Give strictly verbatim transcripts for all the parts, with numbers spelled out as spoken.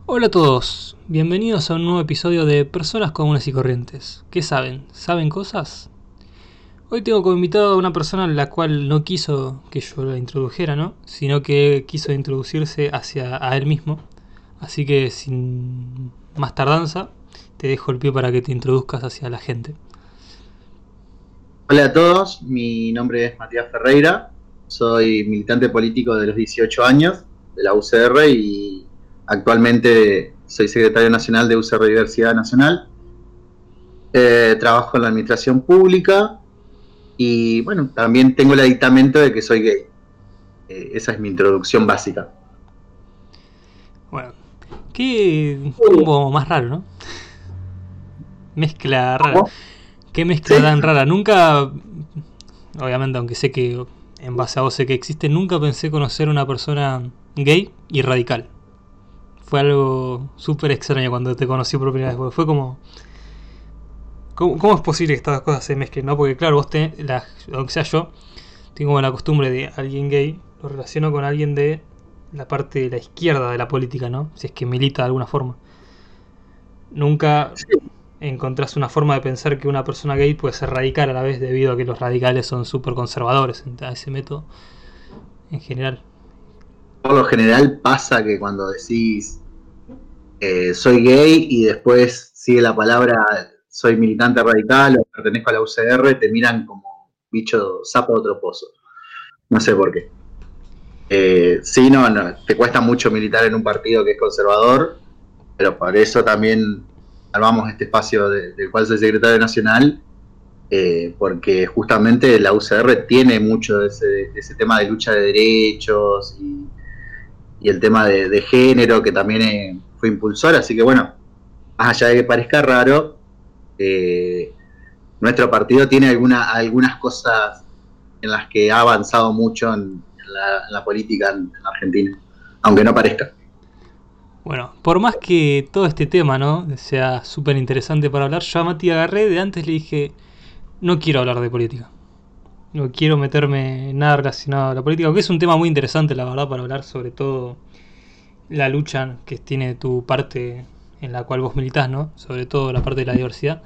Hola a todos, bienvenidos a un nuevo episodio de Personas Comunes y Corrientes. ¿Qué saben? ¿Saben cosas? Hoy tengo como invitado a una persona la cual no quiso que yo la introdujera, ¿no? Sino que quiso introducirse hacia a él mismo. Así que sin más tardanza, te dejo el pie para que te introduzcas hacia la gente. Hola a todos, mi nombre es Matías Ferreira, soy militante político de los dieciocho años de la U C R y actualmente soy secretario nacional de U C R Diversidad Nacional. Eh, trabajo en la administración pública y bueno, también tengo el aditamento de que soy gay. Eh, esa es mi introducción básica. Bueno, qué combo más raro, ¿no? Mezcla rara. ¿Cómo? Qué mezcla ¿Sí? tan rara. Nunca, obviamente, aunque sé que en base a vos sé que existe, nunca pensé conocer una persona gay y radical. Fue algo súper extraño cuando te conocí por primera vez. Porque fue como, ¿cómo, ¿cómo es posible que estas cosas se mezclen? ¿No? Porque claro, vos tenés, la, aunque sea yo, tengo la costumbre de alguien gay, lo relaciono con alguien de la parte de la izquierda de la política, ¿no? Si es que milita de alguna forma. Nunca Sí, encontrás una forma de pensar que una persona gay puede ser radical a la vez debido a que los radicales son súper conservadores a ese método en general. por lo general pasa que cuando decís eh, soy gay y después sigue la palabra soy militante radical o pertenezco a la U C R, te miran como bicho sapo de otro pozo. No sé por qué. Eh, sí, no, no, te cuesta mucho militar en un partido que es conservador, pero por eso también armamos este espacio de, del cual soy secretario nacional, eh, porque justamente la U C R tiene mucho de ese, de ese tema de lucha de derechos y, y el tema de, de género, que también eh, fue impulsor, así que bueno, más allá de que parezca raro, eh, nuestro partido tiene alguna, algunas cosas en las que ha avanzado mucho en, en, la, en la, política en, en Argentina, aunque no parezca. Bueno, por más que todo este tema, ¿no? Sea súper interesante para hablar, yo a Mati agarré de antes le dije, no quiero hablar de política. No quiero meterme en nada relacionado a la política, aunque es un tema muy interesante, la verdad, para hablar sobre todo la lucha que tiene tu parte en la cual vos militás, ¿no? Sobre todo la parte de la diversidad.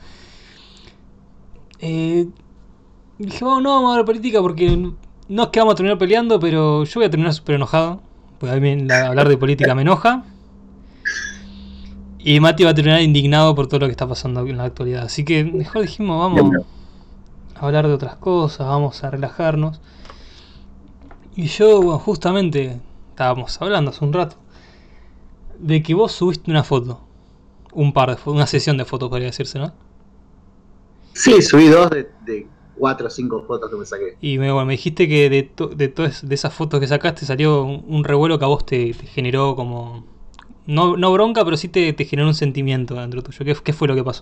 Eh, Dije, vamos, no vamos a hablar de política porque no es que vamos a terminar peleando, pero yo voy a terminar súper enojado. Porque a mí la- hablar de política me enoja. Y Mati va a terminar indignado por todo lo que está pasando en la actualidad. Así que mejor dijimos, vamos a hablar de otras cosas, vamos a relajarnos. Y yo, bueno, justamente estábamos hablando hace un rato de que vos subiste una foto. Un par de fotos, una sesión de fotos podría decirse, ¿no? Sí, subí dos de, de cuatro o cinco fotos que me saqué. Y me, bueno, me dijiste que de, to, de todas de esas fotos que sacaste salió un, un revuelo que a vos te, te generó como no, no bronca, pero sí te, te generó un sentimiento dentro tuyo. ¿Qué, ¿Qué fue lo que pasó?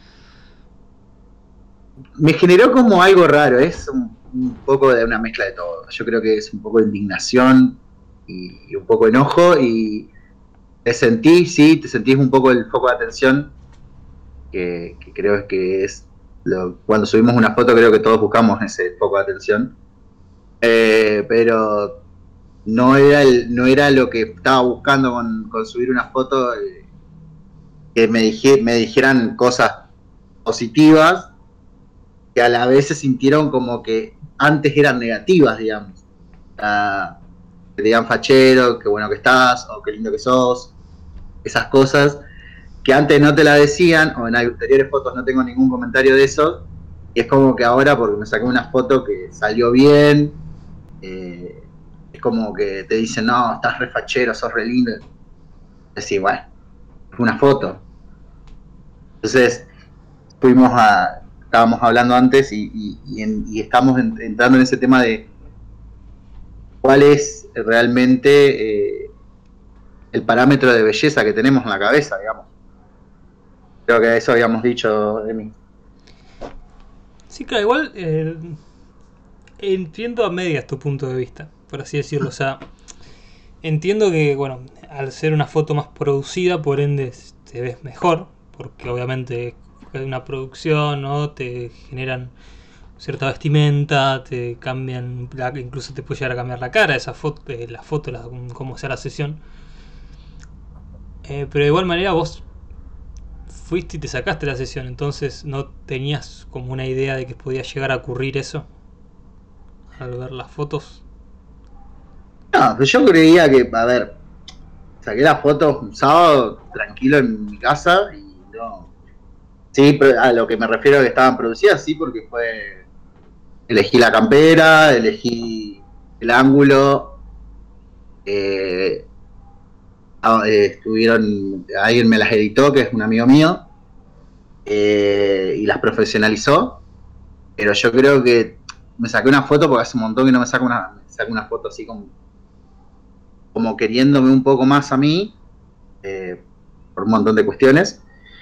Me generó como algo raro, es un, un poco de una mezcla de todo. Yo creo que es un poco de indignación y, y un poco de enojo y te sentís, sí, te sentís un poco el foco de atención, que, que creo que es, lo, cuando subimos una foto creo que todos buscamos ese foco de atención, eh, pero no era, el, no era lo que estaba buscando con, con subir una foto, eh, que me, dije, me dijeran cosas positivas que a la vez se sintieron como que antes eran negativas, digamos. Uh, que te digan fachero, qué bueno que estás, o qué lindo que sos, esas cosas que antes no te la decían, o en anteriores fotos no tengo ningún comentario de eso, y es como que ahora, porque me saqué una foto que salió bien, eh, es como que te dicen, no, estás re fachero, sos re lindo. Decís, bueno, es una foto. Entonces, fuimos a, estábamos hablando antes y, y, y, en, y estamos en, entrando en ese tema de cuál es realmente eh, el parámetro de belleza que tenemos en la cabeza, digamos. Creo que eso habíamos dicho de mí. Sí, claro, igual eh, entiendo a medias tu punto de vista, por así decirlo. O sea, entiendo que, bueno, al ser una foto más producida, por ende te ves mejor, porque obviamente es una producción, ¿no? Te generan cierta vestimenta, te cambian, incluso te puede llegar a cambiar la cara, esa foto, eh, la foto, la, como sea la sesión. Eh, pero de igual manera vos fuiste y te sacaste la sesión, entonces no tenías como una idea de que podía llegar a ocurrir eso al ver las fotos. No, pero yo creía que, a ver, saqué las fotos un sábado tranquilo en mi casa y no. Sí, a lo que me refiero a que estaban producidas, sí, porque fue. Elegí la campera, elegí el ángulo, eh, eh, estuvieron. Alguien me las editó, que es un amigo mío, eh, y las profesionalizó, pero yo creo que me saqué una foto porque hace un montón que no me saco una, me saco una foto así como, como queriéndome un poco más a mí, eh, por un montón de cuestiones.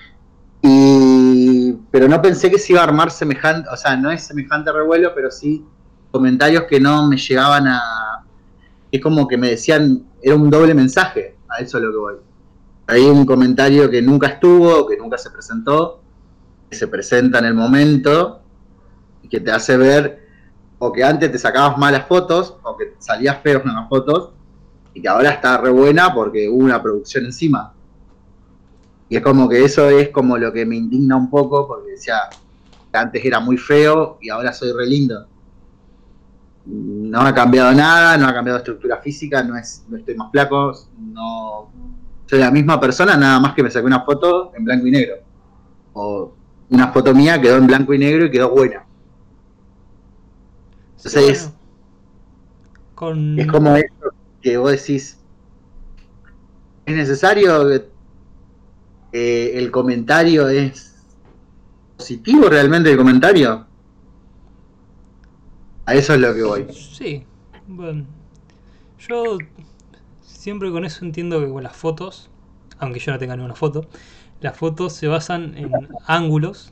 Y, pero no pensé que se iba a armar semejante, o sea, no es semejante revuelo, pero sí comentarios que no me llegaban a. Es como que me decían, era un doble mensaje, a eso es lo que voy. Hay un comentario que nunca estuvo, que nunca se presentó, que se presenta en el momento y que te hace ver o que antes te sacabas malas fotos o que salías feos en las fotos y que ahora está re buena porque hubo una producción encima. Y es como que eso es como lo que me indigna un poco porque decía que antes era muy feo y ahora soy re lindo. No ha cambiado nada, no ha cambiado estructura física, no, es, no estoy más flaco, no soy la misma persona, nada más que me saqué una foto en blanco y negro. O una foto mía quedó en blanco y negro y quedó buena. Sí, bueno, Entonces es, es con... como esto que vos decís, ¿es necesario que eh, el comentario es positivo realmente el comentario? A eso es lo que voy. Sí, bueno, yo siempre con eso entiendo que con las fotos, aunque yo no tenga ninguna foto, las fotos se basan en ángulos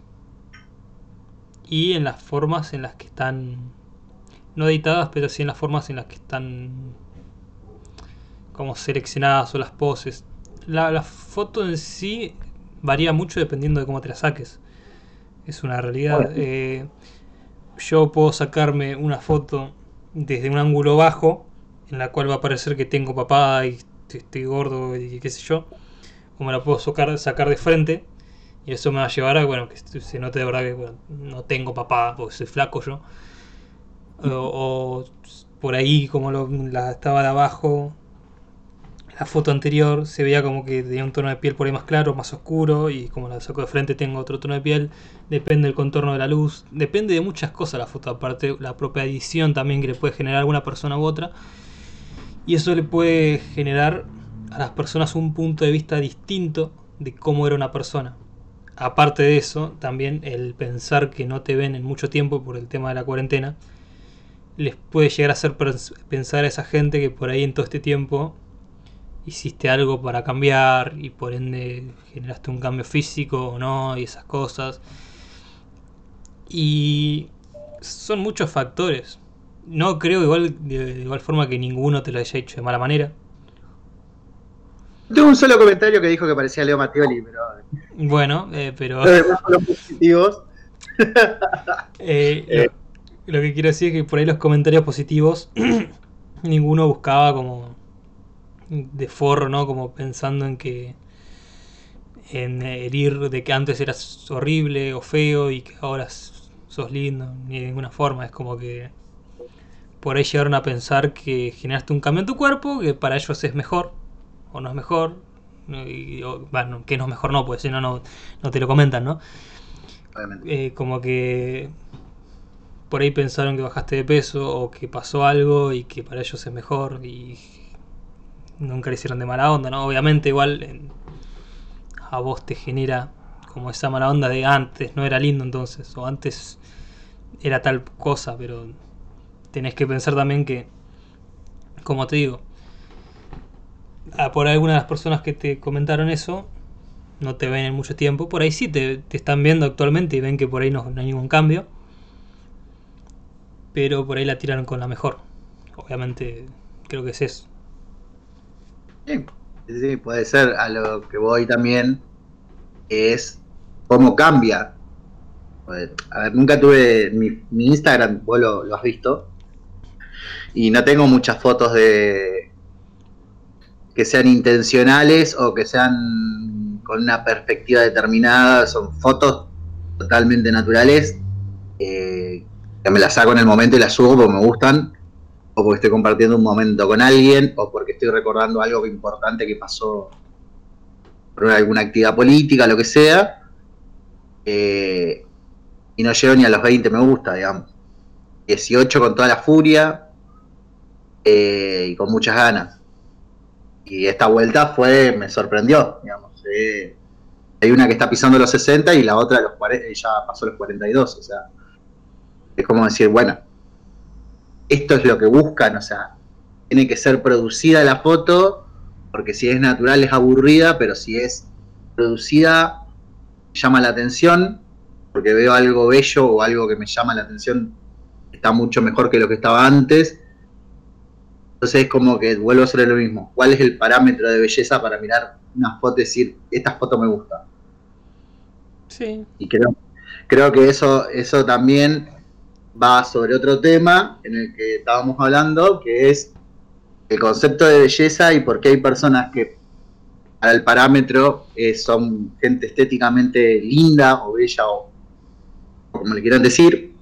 y en las formas en las que están, no editadas, pero sí en las formas en las que están como seleccionadas o las poses. La, la foto en sí varía mucho dependiendo de cómo te la saques. Es una realidad. Bueno, Eh, yo puedo sacarme una foto desde un ángulo bajo, en la cual va a parecer que tengo papá y estoy gordo y qué sé yo. O me la puedo sacar, sacar de frente. Y eso me va a llevar a, bueno, que se note de verdad que bueno, no tengo papá porque soy flaco yo. O, o por ahí, como lo, la estaba de abajo, la foto anterior se veía como que tenía un tono de piel por ahí más claro, más oscuro, y como la saco de frente tengo otro tono de piel. Depende del contorno de la luz, depende de muchas cosas la foto, aparte la propia edición también que le puede generar a alguna persona u otra. Y eso le puede generar a las personas un punto de vista distinto de cómo era una persona. Aparte de eso, también el pensar que no te ven en mucho tiempo por el tema de la cuarentena, les puede llegar a hacer pensar a esa gente que por ahí en todo este tiempo hiciste algo para cambiar y por ende generaste un cambio físico o no y esas cosas. Y son muchos factores. No creo igual de, de igual forma que ninguno te lo haya hecho de mala manera. tengo un solo comentario que dijo que parecía Leo Mattioli, pero Bueno, eh, pero los demás son los positivos. eh, Eh, lo, lo que quiero decir es que por ahí los comentarios positivos ninguno buscaba como de forro, ¿no? Como pensando en que en herir de que antes eras horrible o feo y que ahora sos lindo, ni de ninguna forma. Es como que por ahí llegaron a pensar que generaste un cambio en tu cuerpo, que para ellos es mejor o no es mejor. Y, o, bueno, que no es mejor no, pues si no, no, no te lo comentan, ¿no? obviamente. Eh, como que por ahí pensaron que bajaste de peso o que pasó algo y que para ellos es mejor y nunca le hicieron de mala onda, ¿no? Obviamente igual en, a vos te genera como esa mala onda de antes no era lindo entonces, o antes era tal cosa, pero tenés que pensar también que, como te digo, a por algunas de las personas que te comentaron eso, no te ven en mucho tiempo, por ahí sí te, te están viendo actualmente y ven que por ahí no, no hay ningún cambio, pero por ahí la tiraron con la mejor. Obviamente creo que es eso. Sí, sí, puede ser. A lo que voy también es cómo cambia. A ver, nunca tuve mi, mi Instagram, vos lo, lo has visto, y no tengo muchas fotos de, que sean intencionales o que sean con una perspectiva determinada, son fotos totalmente naturales, eh, que me las saco en el momento y las subo porque me gustan, o porque estoy compartiendo un momento con alguien, o porque estoy recordando algo importante que pasó por alguna actividad política, lo que sea, eh, y no llego ni a los veinte me gusta, digamos. dieciocho con toda la furia, eh, y con muchas ganas. Y esta vuelta fue, me sorprendió, digamos. Eh, hay una que está pisando los sesenta y la otra los cuarenta, ya pasó los cuarenta y dos, o sea, es como decir, bueno, esto es lo que buscan, o sea, tiene que ser producida la foto, porque si es natural es aburrida, pero si es producida llama la atención, porque veo algo bello o algo que me llama la atención, está mucho mejor que lo que estaba antes. Entonces es como que vuelvo a hacer lo mismo. ¿Cuál es el parámetro de belleza para mirar una foto y decir, esta foto me gusta? Sí. Y creo, creo que eso, eso también va sobre otro tema en el que estábamos hablando, que es el concepto de belleza y por qué hay personas que para el parámetro eh, son gente estéticamente linda o bella o como le quieran decir,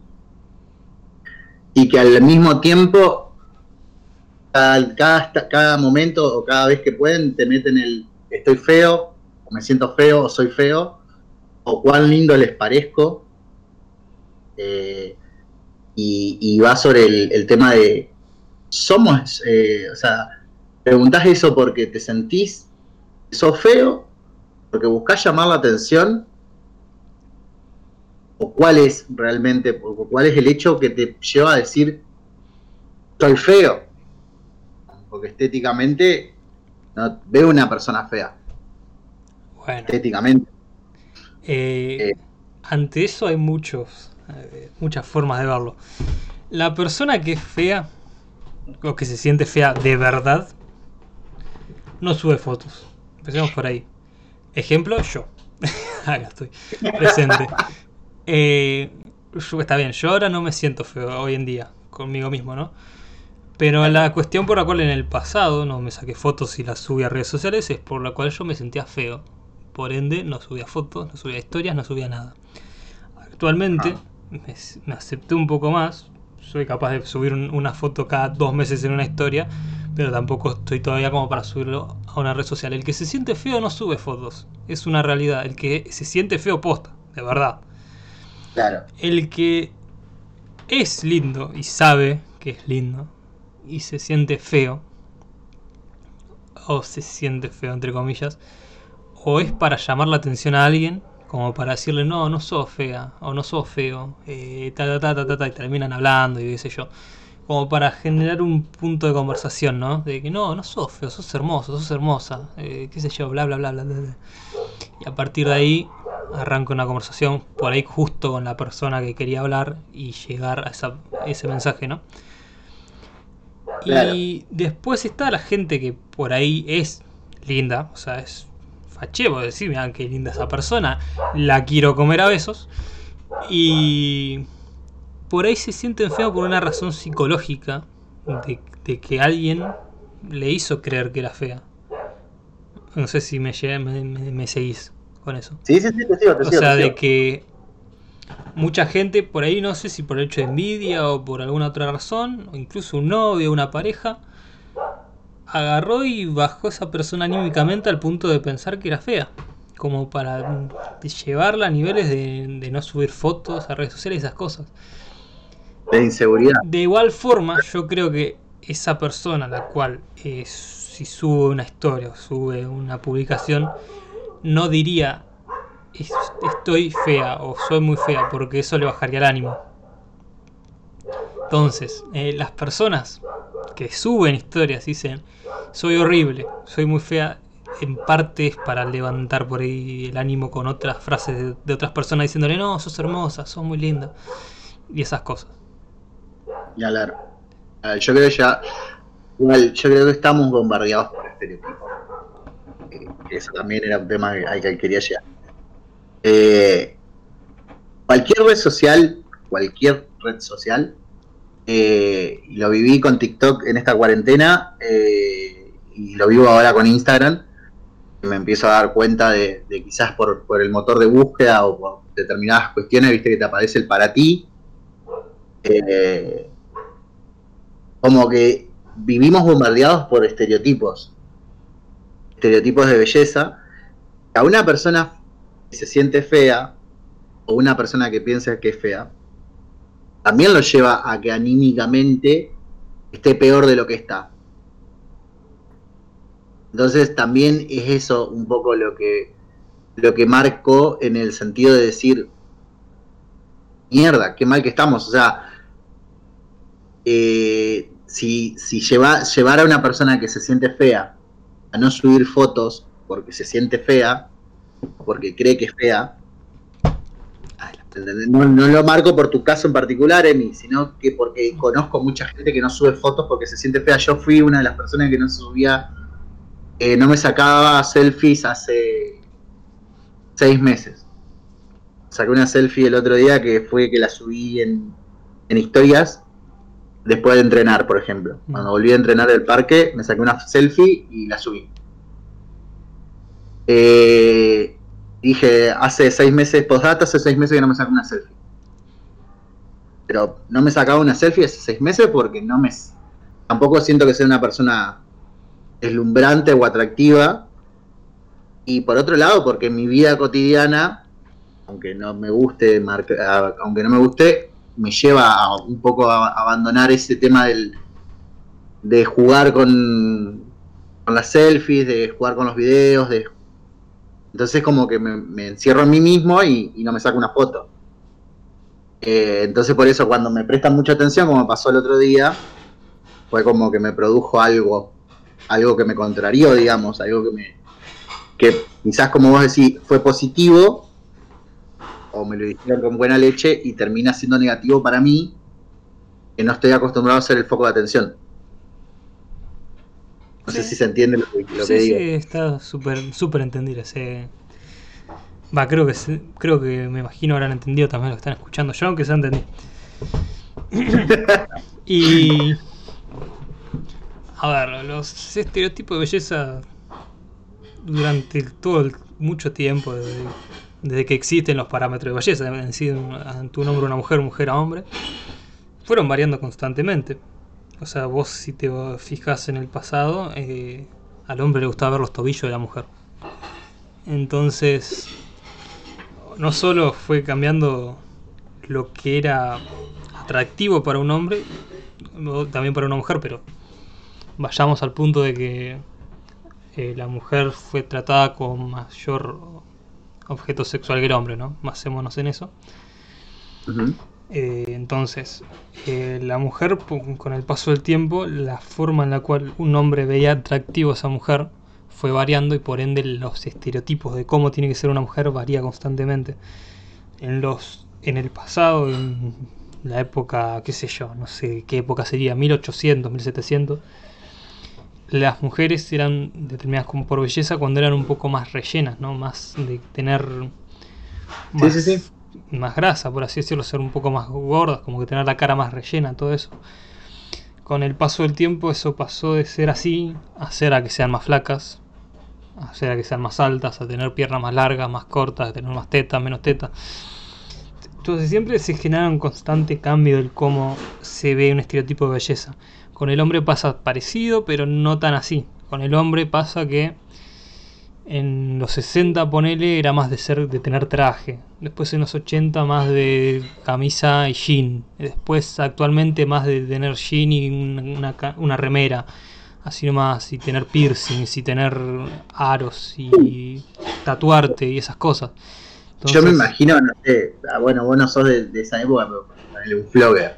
y que al mismo tiempo cada, cada, cada momento o cada vez que pueden te meten el estoy feo, o me siento feo o soy feo, o cuán lindo les parezco, eh, y, y va sobre el, el tema de somos, eh, o sea, preguntás eso porque te sentís que sos feo, porque buscás llamar la atención, o cuál es realmente, o cuál es el hecho que te lleva a decir soy feo, porque estéticamente no veo una persona fea. Bueno. Estéticamente. Eh, eh. Ante eso hay muchos, eh, muchas formas de verlo. La persona que es fea, o que se siente fea de verdad, no sube fotos. Empecemos por ahí. Ejemplo, yo. Acá estoy, presente. Eh, yo, está bien, yo ahora no me siento feo hoy en día, conmigo mismo, ¿no? Pero la cuestión por la cual en el pasado no me saqué fotos y las subí a redes sociales es por la cual yo me sentía feo. Por ende, no subía fotos, no subía historias, no subía nada. Actualmente me, me acepté un poco más. Soy capaz de subir un, una foto cada dos meses en una historia, pero tampoco estoy todavía como para subirlo a una red social. El que se siente feo no sube fotos. Es una realidad. El que se siente feo posta, de verdad. Claro. El que es lindo y sabe que es lindo y se siente feo, o se siente feo entre comillas, o es para llamar la atención a alguien, como para decirle no, no sos fea, o no sos feo, eh, ta, ta, ta, ta, ta, ta, y terminan hablando y qué sé yo, como para generar un punto de conversación, ¿no? De que no, no sos feo, sos hermoso, sos hermosa, eh, qué sé yo, bla, bla, bla, bla, bla. Y a partir de ahí arranca una conversación por ahí justo con la persona que quería hablar y llegar a esa, ese mensaje, ¿no? Claro. Y después está la gente que por ahí es linda, o sea, es fachevo decir, mirá qué linda esa persona, la quiero comer a besos, y por ahí se sienten feos por una razón psicológica de, de que alguien le hizo creer que era fea. No sé si me, me, me, me seguís con eso. Sí, sí, sí, te sigo, te o sigo, sea, te sigo. De que mucha gente por ahí, no sé si por el hecho de envidia o por alguna otra razón, o incluso un novio, una pareja, agarró y bajó a esa persona anímicamente al punto de pensar que era fea, como para llevarla a niveles de, de no subir fotos a redes sociales y esas cosas. De inseguridad. De igual forma, yo creo que esa persona, la cual eh, si sube una historia o sube una publicación, no diría estoy fea o soy muy fea, porque eso le bajaría el ánimo. Entonces, eh, las personas que suben historias y dicen soy horrible, soy muy fea, en parte es para levantar por ahí el ánimo con otras frases de, de otras personas diciéndole no, sos hermosa, sos muy linda y esas cosas. Ya, claro. Yo creo que ya igual, yo creo que estamos bombardeados por estereotipos. Eh, eso también era un tema al que quería llegar. Eh, cualquier red social, cualquier red social, eh, lo viví con TikTok en esta cuarentena, eh, y lo vivo ahora con Instagram, me empiezo a dar cuenta de, de quizás por, por el motor de búsqueda o por determinadas cuestiones, viste que te aparece el para ti, eh, como que vivimos bombardeados por estereotipos, estereotipos de belleza. A una persona que se siente fea o una persona que piensa que es fea, también lo lleva a que anímicamente esté peor de lo que está. Entonces también es eso un poco lo que lo que marcó en el sentido de decir, mierda, qué mal que estamos. O sea, eh, si, si lleva, llevar a una persona que se siente fea a no subir fotos porque se siente fea, porque cree que es fea, no, no lo marco por tu caso en particular, Emi, sino que porque conozco mucha gente que no sube fotos porque se siente fea. Yo fui una de las personas que no subía, eh, no me sacaba selfies hace seis meses. Saqué una selfie el otro día que fue que la subí en, en historias después de entrenar, por ejemplo. Cuando volví a entrenar del parque, me saqué una selfie y la subí. Eh, dije, hace seis meses, postdata, hace seis meses que no me saco una selfie. Pero no me sacaba una selfie hace seis meses porque no me... Tampoco siento que sea una persona deslumbrante o atractiva. Y por otro lado, porque en mi vida cotidiana, aunque no me guste, marca, aunque no me guste, me lleva a un poco a abandonar ese tema del, de jugar con, con las selfies, de jugar con los videos, de entonces como que me, me encierro en mí mismo y, y no me saco una foto. Eh, entonces por eso cuando me prestan mucha atención, como pasó el otro día, fue como que me produjo algo, algo que me contrarió, digamos, algo que me, que quizás como vos decís, fue positivo, o me lo dijeron con buena leche y termina siendo negativo para mí, que no estoy acostumbrado a ser el foco de atención. No sí. sé si se entiende lo que, lo sí, que digo. Sí, está súper súper entendible. Se... Va, creo que se, creo que me imagino habrán entendido también lo que están escuchando. Yo aunque se entendí. Y... A ver, los estereotipos de belleza durante todo el, mucho tiempo, desde, desde que existen los parámetros de belleza, en sí, ante un hombre, una mujer, mujer a hombre, fueron variando constantemente. O sea, vos si te fijas en el pasado, eh, al hombre le gustaba ver los tobillos de la mujer. Entonces, no solo fue cambiando lo que era atractivo para un hombre, también para una mujer, pero vayamos al punto de que eh, la mujer fue tratada con mayor objeto sexual que el hombre, ¿no? Basémonos en eso. Uh-huh. Eh, entonces, eh, la mujer, con el paso del tiempo, la forma en la cual un hombre veía atractivo a esa mujer fue variando y por ende los estereotipos de cómo tiene que ser una mujer varía constantemente. En los, en el pasado, en la época, qué sé yo, no sé qué época sería, mil ochocientos, mil setecientos, las mujeres eran determinadas como por belleza cuando eran un poco más rellenas, ¿no? Más de tener más, sí, sí, sí. más grasa, por así decirlo, ser un poco más gordas, como que tener la cara más rellena, todo eso. Con el paso del tiempo eso pasó de ser así a ser a que sean más flacas, a ser a que sean más altas, a tener piernas más largas, más cortas, a tener más tetas, menos tetas. Entonces siempre se genera un constante cambio del cómo se ve un estereotipo de belleza. Con el hombre pasa parecido, pero no tan así. Con el hombre pasa que en los sesenta, ponele, era más de ser de tener traje. Después en los ochenta más de camisa y jean. Después actualmente más de tener jean y una, una remera. Así nomás, y tener piercings, y tener aros, y tatuarte y esas cosas. Entonces, yo me imagino, no sé, bueno, vos no sos de, de esa época, pero un flogger.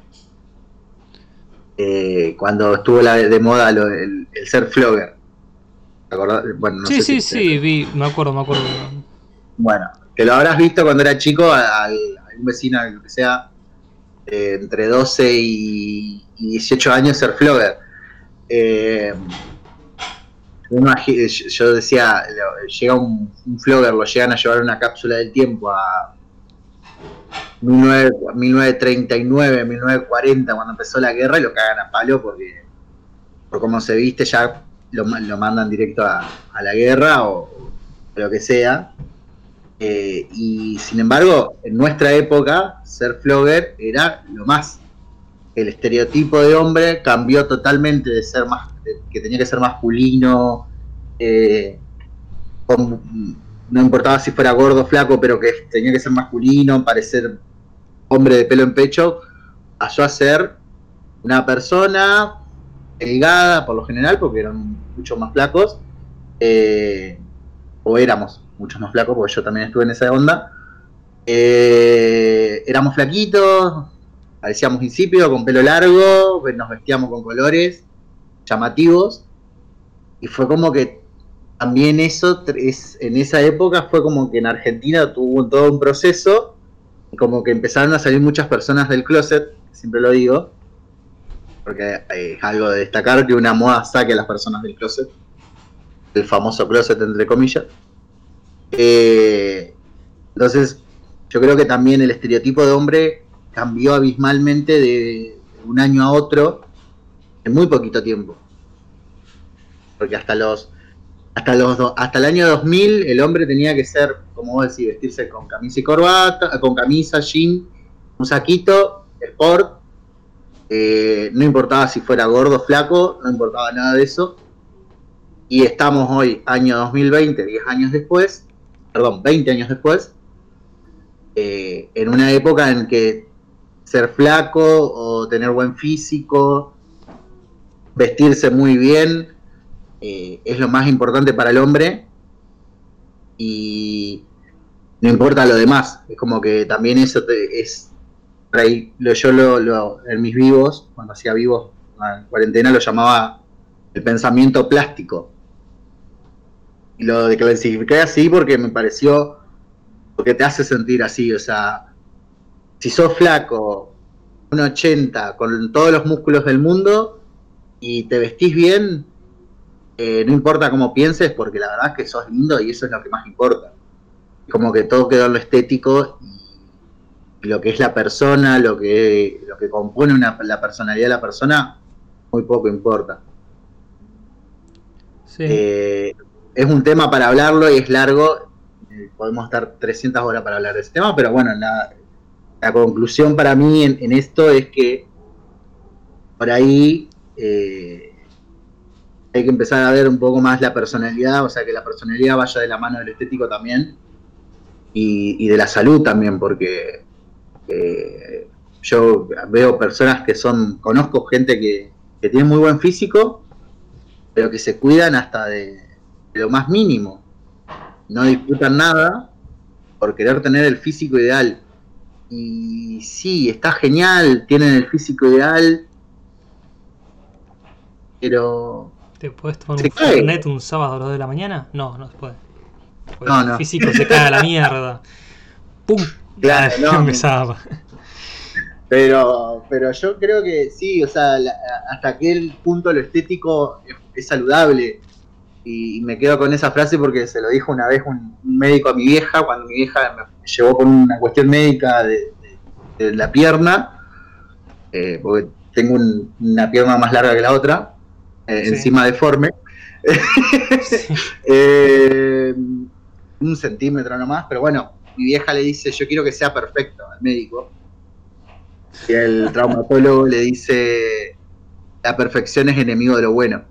Eh, cuando estuvo la, de moda lo, el, el ser flogger. ¿Te acordás? Bueno, no sí, sé sí, si sí, vi, me acuerdo, me acuerdo. Bueno, que lo habrás visto cuando era chico a, a un vecino, que sea eh, entre doce y, y dieciocho años, ser flogger. Eh, yo decía, llega un, un flogger, lo llegan a llevar una cápsula del tiempo a mil novecientos treinta y nueve, mil novecientos cuarenta, cuando empezó la guerra, y lo cagan a palo porque por cómo se viste ya lo, lo mandan directo a, a la guerra o, o lo que sea. Eh, y sin embargo, en nuestra época, ser flogger era lo más. El estereotipo de hombre cambió totalmente de ser más, de, que tenía que ser masculino, eh, con, no importaba si fuera gordo o flaco, pero que tenía que ser masculino, parecer hombre de pelo en pecho, pasó a ser una persona delgada por lo general, porque eran mucho más flacos, eh, o éramos muchos más flacos, porque yo también estuve en esa onda. Eh, éramos flaquitos, parecíamos insípidos, con pelo largo, nos vestíamos con colores llamativos, y fue como que también eso, es, en esa época fue como que en Argentina tuvo todo un proceso, y como que empezaron a salir muchas personas del closet, siempre lo digo, porque es algo de destacar que una moda saque a las personas del closet, el famoso closet entre comillas. Eh, entonces, yo creo que también el estereotipo de hombre cambió abismalmente de, de un año a otro en muy poquito tiempo. Porque hasta los hasta los hasta el año dos mil el hombre tenía que ser, como vos decís, vestirse con camisa y corbata, con camisa, jean, un saquito, sport. Eh, no importaba si fuera gordo o flaco, no importaba nada de eso. Y estamos hoy, año dos mil veinte, diez años después, perdón, veinte años después, eh, en una época en que ser flaco o tener buen físico, vestirse muy bien, eh, es lo más importante para el hombre, y no importa lo demás. Es como que también eso te, es yo lo, lo, en mis vivos, cuando hacía vivos en cuarentena, lo llamaba el pensamiento plástico, y lo clasifiqué así porque me pareció, porque te hace sentir así. O sea, si sos flaco, uno ochenta, con todos los músculos del mundo, y te vestís bien, eh, no importa cómo pienses, porque la verdad es que sos lindo y eso es lo que más importa. Como que todo quedó en lo estético, y lo que es la persona, lo que, lo que compone una, la personalidad de la persona, muy poco importa. Sí. Eh, es un tema para hablarlo y es largo, eh, podemos estar trescientas horas para hablar de ese tema, pero bueno, la, la conclusión para mí en, en esto es que por ahí eh, hay que empezar a ver un poco más la personalidad, o sea, que la personalidad vaya de la mano del estético también, y, y de la salud también, porque eh, yo veo personas que son, conozco gente que, que tiene muy buen físico, pero que se cuidan hasta de, de lo más mínimo, no disfrutan nada por querer tener el físico ideal. Y sí, está genial, tienen el físico ideal, pero ¿Te puedes tomar se un cae. Fernet un sábado a las dos de la mañana? No, no se puede. Porque No, el no. físico se cae a la mierda. ¡Pum! Claro, Ya no. empezaba. Pero, pero yo creo que sí, o sea, la, hasta aquel punto lo estético es, es saludable. Y, y me quedo con esa frase porque se lo dijo una vez un, un médico a mi vieja, cuando mi vieja me llevó con una cuestión médica de, de, de la pierna, eh, porque tengo un, una pierna más larga que la otra, eh, Sí. encima deforme. Sí. eh, un centímetro nomás, pero bueno, mi vieja le dice, yo quiero que sea perfecto, al médico. Y el traumatólogo le dice, la perfección es enemigo de lo bueno.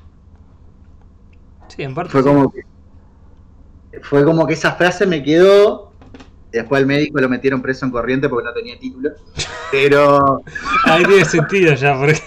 Sí, en parte Fue sí. como que, fue como que esa frase me quedó. Después el médico lo metieron preso en corriente porque no tenía título. Pero... Ahí tiene sentido ya, porque...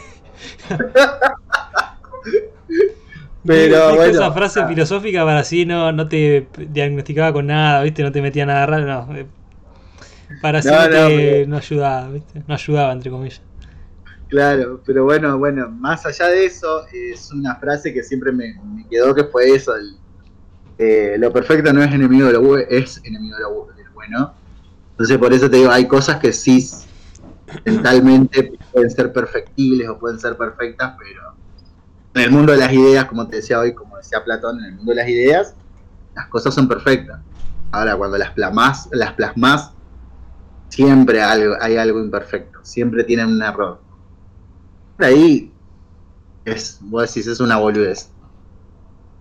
Pero dijo bueno, esa frase ah, filosófica para así no, no te diagnosticaba con nada, ¿viste? No te metía nada raro, no. Para así no, no no, pero te no ayudaba, ¿viste? No ayudaba, entre comillas. claro, pero bueno, bueno, más allá de eso, es una frase que siempre me, me quedó, que fue eso, el, eh, lo perfecto no es enemigo de lo bueno, es enemigo de lo, de lo bueno. Entonces por eso te digo, hay cosas que sí mentalmente pueden ser perfectibles o pueden ser perfectas, pero en el mundo de las ideas, como te decía hoy, como decía Platón, en el mundo de las ideas, las cosas son perfectas. Ahora, cuando las plasmas, las plasmas, siempre hay algo, hay algo imperfecto, siempre tienen un error. Por ahí, es, vos decís, es una boludez.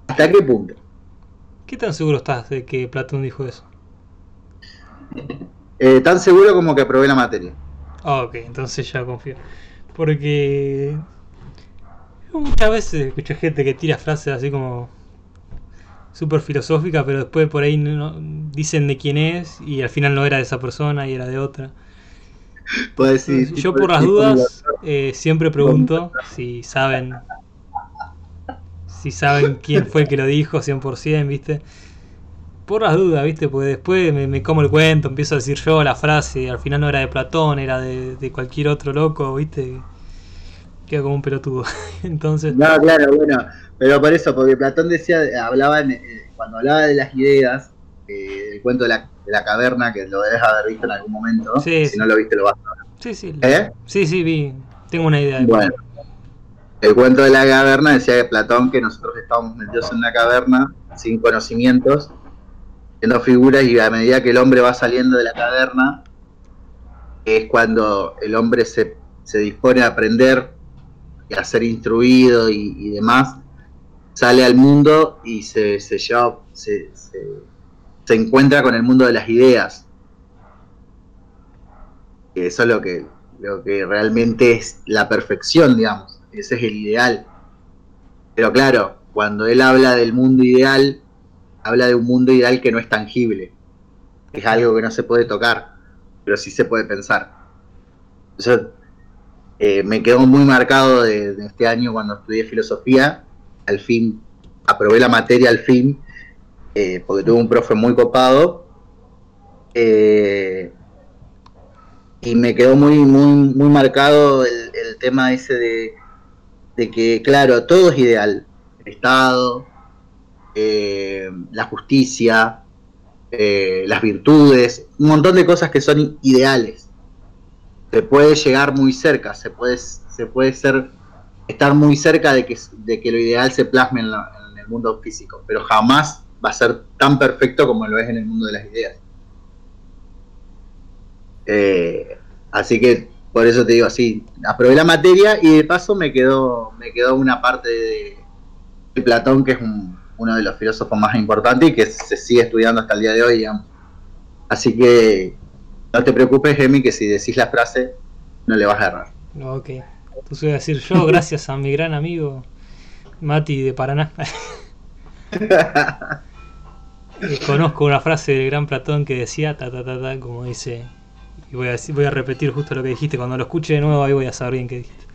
¿Hasta qué punto? ¿Qué tan seguro estás de que Platón dijo eso? Eh, tan seguro como que aprobé la materia. Ah, ok, entonces ya confío. Porque muchas veces escucho gente que tira frases así como súper filosóficas, pero después por ahí no, dicen de quién es y al final no era de esa persona y era de otra. Puedo decir, Entonces, yo tipo, por las tipo mi dudas doctor, eh, siempre tipo mi pregunto doctor. si saben si saben quién fue el que lo dijo cien por ciento, ¿viste? Por las dudas, ¿viste? Porque después me, me como el cuento, empiezo a decir yo la frase y al final no era de Platón, era de, de cualquier otro loco, ¿viste? Queda como un pelotudo. Entonces, No, claro, bueno, pero por eso, porque Platón decía, hablaba en- eh, cuando hablaba de las ideas, eh, el cuento de la, de la caverna, que lo debes haber visto en algún momento, y sí, si no sí. lo viste lo vas Sí, sí. a ver. ¿Eh? Sí, sí, vi. Tengo una idea de Bueno, Platón. el cuento de la caverna decía de Platón que nosotros estábamos metidos en una caverna sin conocimientos, viendo figuras, y a medida que el hombre va saliendo de la caverna, es cuando el hombre se, se dispone a aprender y a ser instruido y, y demás, sale al mundo y se, se lleva, se, se, se encuentra con el mundo de las ideas. Que eso es lo que, lo que realmente es la perfección, digamos. Ese es el ideal. Pero claro, cuando él habla del mundo ideal, habla de un mundo ideal que no es tangible. Es Claro. algo que no se puede tocar, pero sí se puede pensar. Eso eh, me quedó muy marcado de, de este año cuando estudié filosofía. Al fin, aprobé la materia al fin, eh, porque tuve un profe muy copado. Eh, y me quedó muy, muy, muy marcado el, el tema ese de, de, que, claro, todo es ideal. El Estado, eh, la justicia, eh, las virtudes, un montón de cosas que son ideales. Se puede llegar muy cerca, se puede, se puede ser, estar muy cerca de que, de que lo ideal se plasme en, la, en el mundo físico, pero jamás va a ser tan perfecto como lo es en el mundo de las ideas. Eh, así que por eso te digo así, aprobé la materia y de paso me quedó, me quedó una parte de, de Platón, que es un, uno de los filósofos más importantes y que se sigue estudiando hasta el día de hoy, digamos. Así que no te preocupes, Emi, que si decís la frase no le vas a errar. Ok. Entonces voy a decir yo, gracias a mi gran amigo Mati de Paraná. Eh, conozco una frase del gran Platón que decía ta ta ta ta, como dice. Y voy a, decir- voy a repetir justo lo que dijiste. Cuando lo escuche de nuevo, ahí voy a saber bien qué dijiste.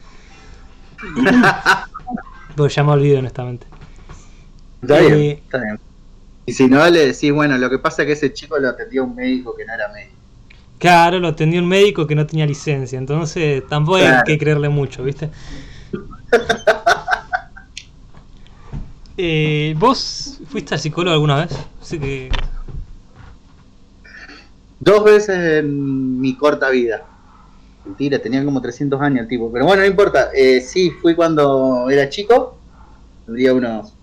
Porque ya me olvidé, honestamente. Está bien, Eh, está bien. Y si no, le decís, bueno, lo que pasa es que ese chico lo atendía un médico que no era médico. claro, lo atendió un médico que no tenía licencia. Entonces, tampoco hay Claro. que creerle mucho, ¿viste? Eh, ¿Vos fuiste al psicólogo alguna vez? Sí que. Dos veces en mi corta vida. Mentira, tenía como trescientos años el tipo. Pero bueno, no importa. Eh, sí, fui cuando era chico. Tendría unos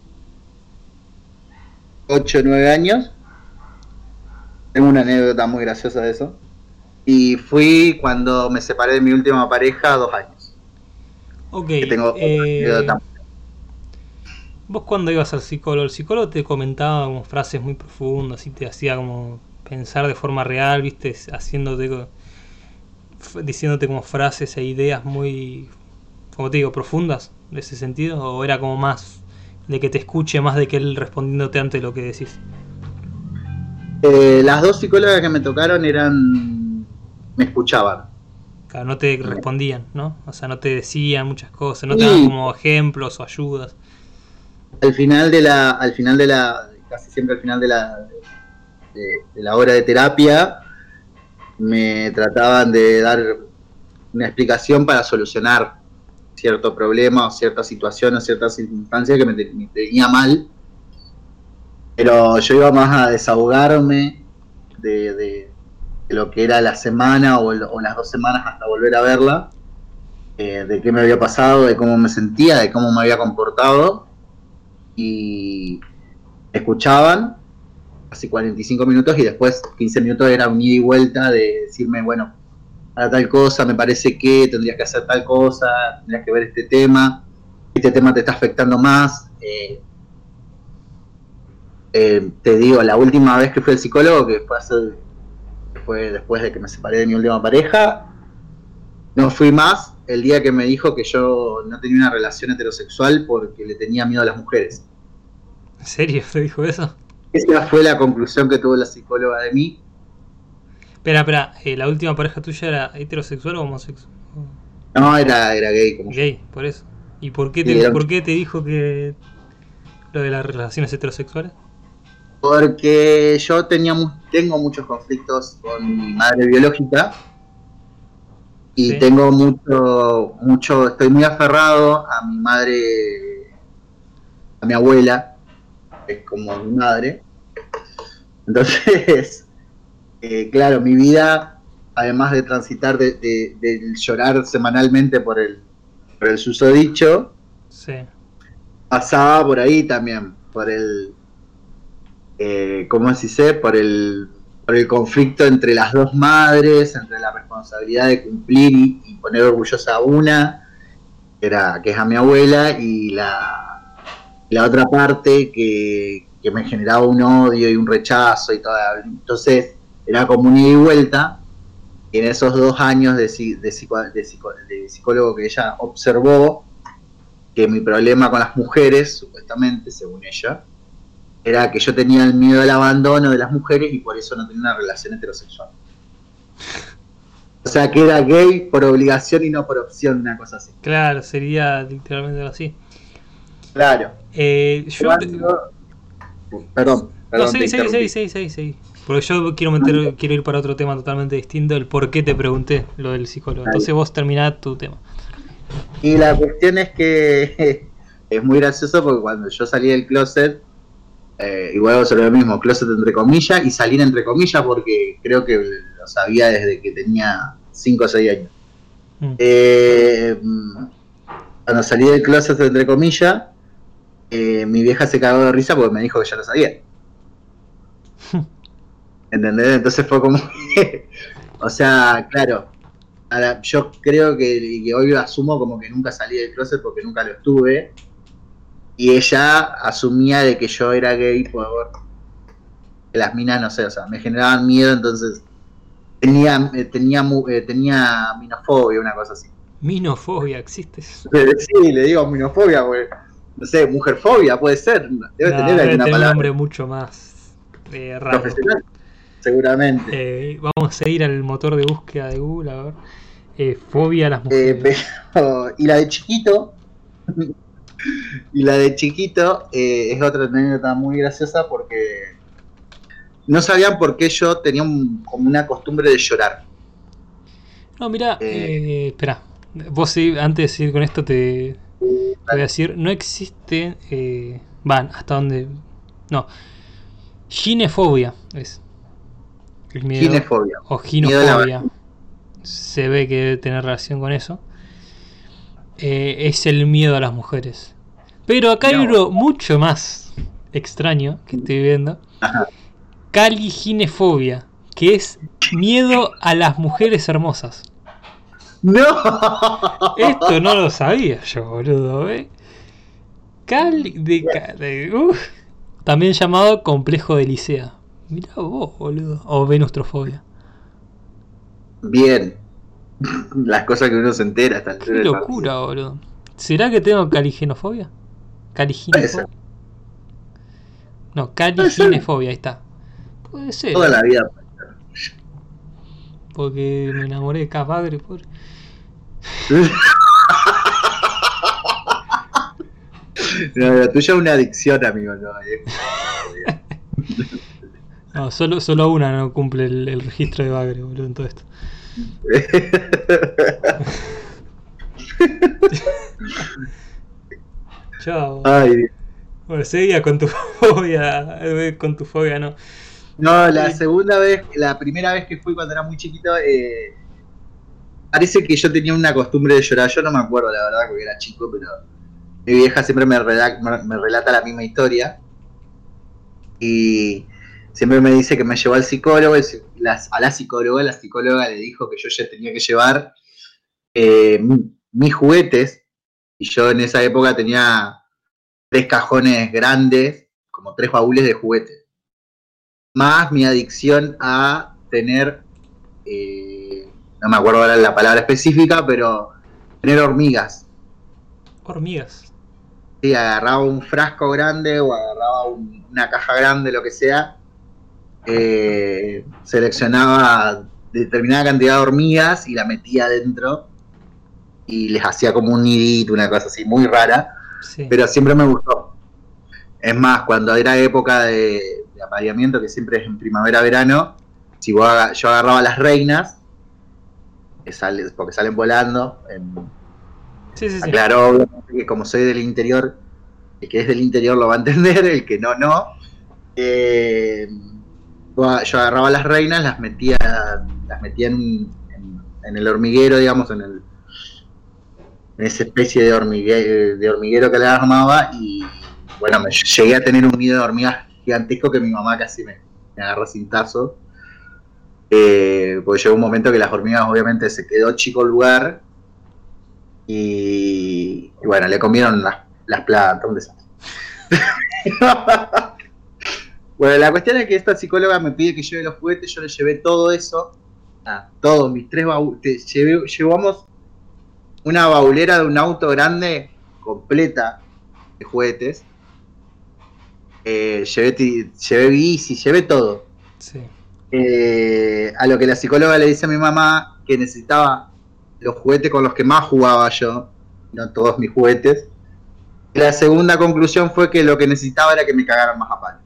ocho o nueve años. Tengo una anécdota muy graciosa de eso. Y fui cuando me separé de mi última pareja, dos años. Ok, Que tengo otra eh, anécdota. vos cuando ibas al psicólogo, el psicólogo te comentaba como frases muy profundas y te hacía como pensar de forma real, viste, haciéndote, co- f- diciéndote como frases e ideas muy, como te digo, profundas de ese sentido, o era como más de que te escuche más de que él respondiéndote ante lo que decís. Eh, las dos psicólogas que me tocaron eran. Me escuchaban. Claro, no te respondían, ¿no? O sea, no te decían muchas cosas, no te daban Y como ejemplos o ayudas. al final de la. Al final de la. Casi siempre al final de la. De, de la hora de terapia, me trataban de dar una explicación para solucionar cierto problema o cierta situación o cierta circunstancia que me, me tenía mal, pero yo iba más a desahogarme de, de, de lo que era la semana o, el, o, las dos semanas hasta volver a verla, eh, de qué me había pasado, de cómo me sentía, de cómo me había comportado, y me escuchaban casi cuarenta y cinco minutos y después quince minutos era un ida y vuelta de decirme, bueno, para tal cosa, me parece que tendrías que hacer tal cosa, tendrías que ver este tema, este tema te está afectando más. Eh, Eh, te digo, la última vez que fui al psicólogo, que fue, hace, que fue después de que me separé de mi última pareja, no fui más el día que me dijo que yo no tenía una relación heterosexual porque le tenía miedo a las mujeres. ¿En serio te dijo eso? Esa fue la conclusión que tuvo la psicóloga de mí. Espera, espera, eh, ¿la última pareja tuya era heterosexual o homosexual? No, era, era gay como yo. Gay, por eso. ¿Y por qué Sí, te, era un por chico. qué te dijo que lo de las relaciones heterosexuales? Porque yo tenía, tengo muchos conflictos con mi madre biológica y Sí. tengo mucho, mucho, estoy muy aferrado a mi madre, a mi abuela, que es como mi madre. Entonces, eh, claro, mi vida, además de transitar, de, de, de llorar semanalmente por el, por el susodicho, Sí. pasaba por ahí también, por el, eh, ¿cómo se dice? Por el, por el conflicto entre las dos madres, entre la responsabilidad de cumplir y, y poner orgullosa a una, que, era, que es a mi abuela, y la, la otra parte que, que me generaba un odio y un rechazo y todo. Entonces, era como un ida y vuelta. Y en esos dos años de, de, psico, de, psico, de psicólogo que ella observó que mi problema con las mujeres, supuestamente, según ella, era que yo tenía el miedo al abandono de las mujeres y por eso no tenía una relación heterosexual. O sea, que era gay por obligación y no por opción, una cosa así. Claro, sería literalmente algo así. Claro. Eh, yo... Te... Cuando... Perdón, No, perdón, te seguí, seguí, seguí, interrumpí. seguí, seguí, seguí. Porque yo quiero meter, quiero ir para otro tema totalmente distinto, el por qué te pregunté lo del psicólogo. Entonces vos terminás tu tema. Y la cuestión es que es muy gracioso porque cuando yo salí del closet, eh, igual sobre lo mismo, closet entre comillas, y salir entre comillas porque creo que lo sabía desde que tenía cinco o seis años. Mm. Eh, cuando salí del closet entre comillas, eh, mi vieja se cagó de risa porque me dijo que ya lo sabía. ¿Entendés? Entonces fue como que, o sea, claro, ahora, yo creo que, que hoy lo asumo como que nunca salí del closet porque nunca lo estuve. Y ella asumía de que yo era gay por que las minas, no sé, o sea, me generaban miedo, entonces tenía, eh, tenía, eh, tenía minofobia, una cosa así. Minofobia, ¿existe eso? Sí, le digo minofobia, porque, no sé, mujerfobia puede ser, debe No, tener debe alguna tener un palabra nombre mucho más eh, raro. profesional, seguramente. Eh, vamos a ir al motor de búsqueda de Google, a ver. Eh, fobia a las Eh, mujeres. pero, y la de chiquito, y la de chiquito eh, es otra anécdota muy graciosa porque no sabían por qué yo tenía un, como una costumbre de llorar. No, mira, Eh, eh, espera. Vos sí, antes de seguir con esto te, te voy a decir, no existe, eh, van, hasta donde, no, ginefobia es el miedo, Ginefobia, o miedo a la ginofobia, se ve que debe tener relación con eso, eh, es el miedo a las mujeres. Pero acá hay vagina. uno mucho más extraño que estoy viendo, Ajá. caliginefobia, que es miedo a las mujeres hermosas. ¡No! Esto no lo sabía yo, boludo, ¿eh? Cali de, de uh, también llamado complejo de Licea. Mirá vos, boludo. O venustrofobia. Bien, las cosas que uno se entera hasta el Qué altura del partido. locura, boludo. ¿Será que tengo caligenofobia? Puede ser, ¿Caliginefobia? No, puede ser caliginefobia, ahí está. Puede ser, toda ¿eh? la vida. Porque me enamoré de Capagre, pobre. No, la tuya es una adicción, amigo, no, es como bien. No, solo, solo una no cumple el, el registro de Bagre, boludo, en todo esto. Chao. Ay, Bueno, seguía con tu fobia. eh, Con tu fobia, no. no, la Eh, segunda vez, la primera vez que fui cuando era muy chiquito, eh, parece que yo tenía una costumbre de llorar. Yo no me acuerdo, la verdad, porque era chico, pero mi vieja siempre me, reda- me, me relata la misma historia. Y siempre me dice que me llevó al psicólogo, las, a la psicóloga, la psicóloga le dijo que yo ya tenía que llevar eh, mi, mis juguetes, y yo en esa época tenía tres cajones grandes como tres baúles de juguetes. Más mi adicción a tener, eh, no me acuerdo ahora la palabra específica, pero tener hormigas. Hormigas. Sí, agarraba un frasco grande o agarraba un, una caja grande, lo que sea, eh, seleccionaba determinada cantidad de hormigas y la metía adentro y les hacía como un nidito, una cosa así muy rara, Sí. pero siempre me gustó. Es más, cuando era época de, de apareamiento, que siempre es en primavera-verano, si vos aga- yo agarraba las reinas, que sale, porque salen volando, en, Sí, sí, sí. aclaro obviamente que como soy del interior, el que es del interior lo va a entender, el que no, no. Eh, yo agarraba las reinas, las metía, las metía en, en, en el hormiguero, digamos, en, el, en esa especie de hormiguero, de hormiguero que le armaba, y bueno, me llegué a tener un nido de hormigas gigantesco que mi mamá casi me, me agarró cintazo. Eh, porque llegó un momento que las hormigas obviamente se quedó chico el lugar y, y bueno, le comieron las, las plantas, un desastre. Bueno, la cuestión es que esta psicóloga me pide que lleve los juguetes, yo le llevé todo eso, ah, todos mis tres baúles, llevé, llevamos una baulera de un auto grande completa de juguetes, eh, llevé, llevé bici, llevé todo. Sí. Eh, a lo que la psicóloga le dice a mi mamá que necesitaba los juguetes con los que más jugaba yo, no todos mis juguetes. Y la segunda conclusión fue que lo que necesitaba era que me cagaran más a palo.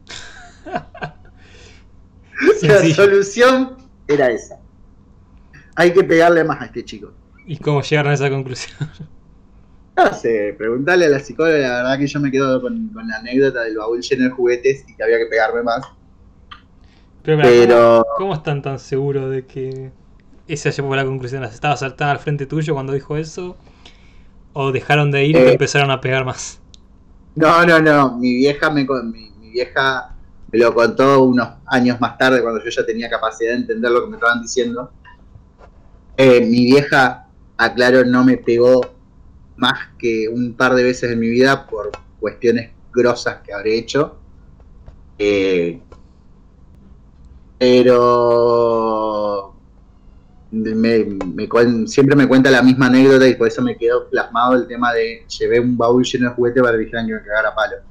La solución era esa. Hay que pegarle más a este chico. ¿Y cómo llegaron a esa conclusión? No sé, preguntarle a la psicóloga, la verdad que yo me quedo con, con la anécdota del baúl lleno de juguetes y que había que pegarme más. Pero, mira, Pero... ¿cómo, ¿cómo están tan seguros de que esa fue la conclusión? ¿Las estaba saltando al frente tuyo cuando dijo eso? ¿O dejaron de ir y eh, te empezaron a pegar más? No, no, no. Mi vieja me, mi, mi vieja me lo contó unos años más tarde, cuando yo ya tenía capacidad de entender lo que me estaban diciendo. Eh, mi vieja, aclaro, no me pegó más que un par de veces en mi vida por cuestiones grosas que habré hecho. Eh, pero me, me, siempre me cuenta la misma anécdota y por eso me quedó plasmado el tema de llevé un baúl lleno de juguetes para que dijeran que me cagara a palo.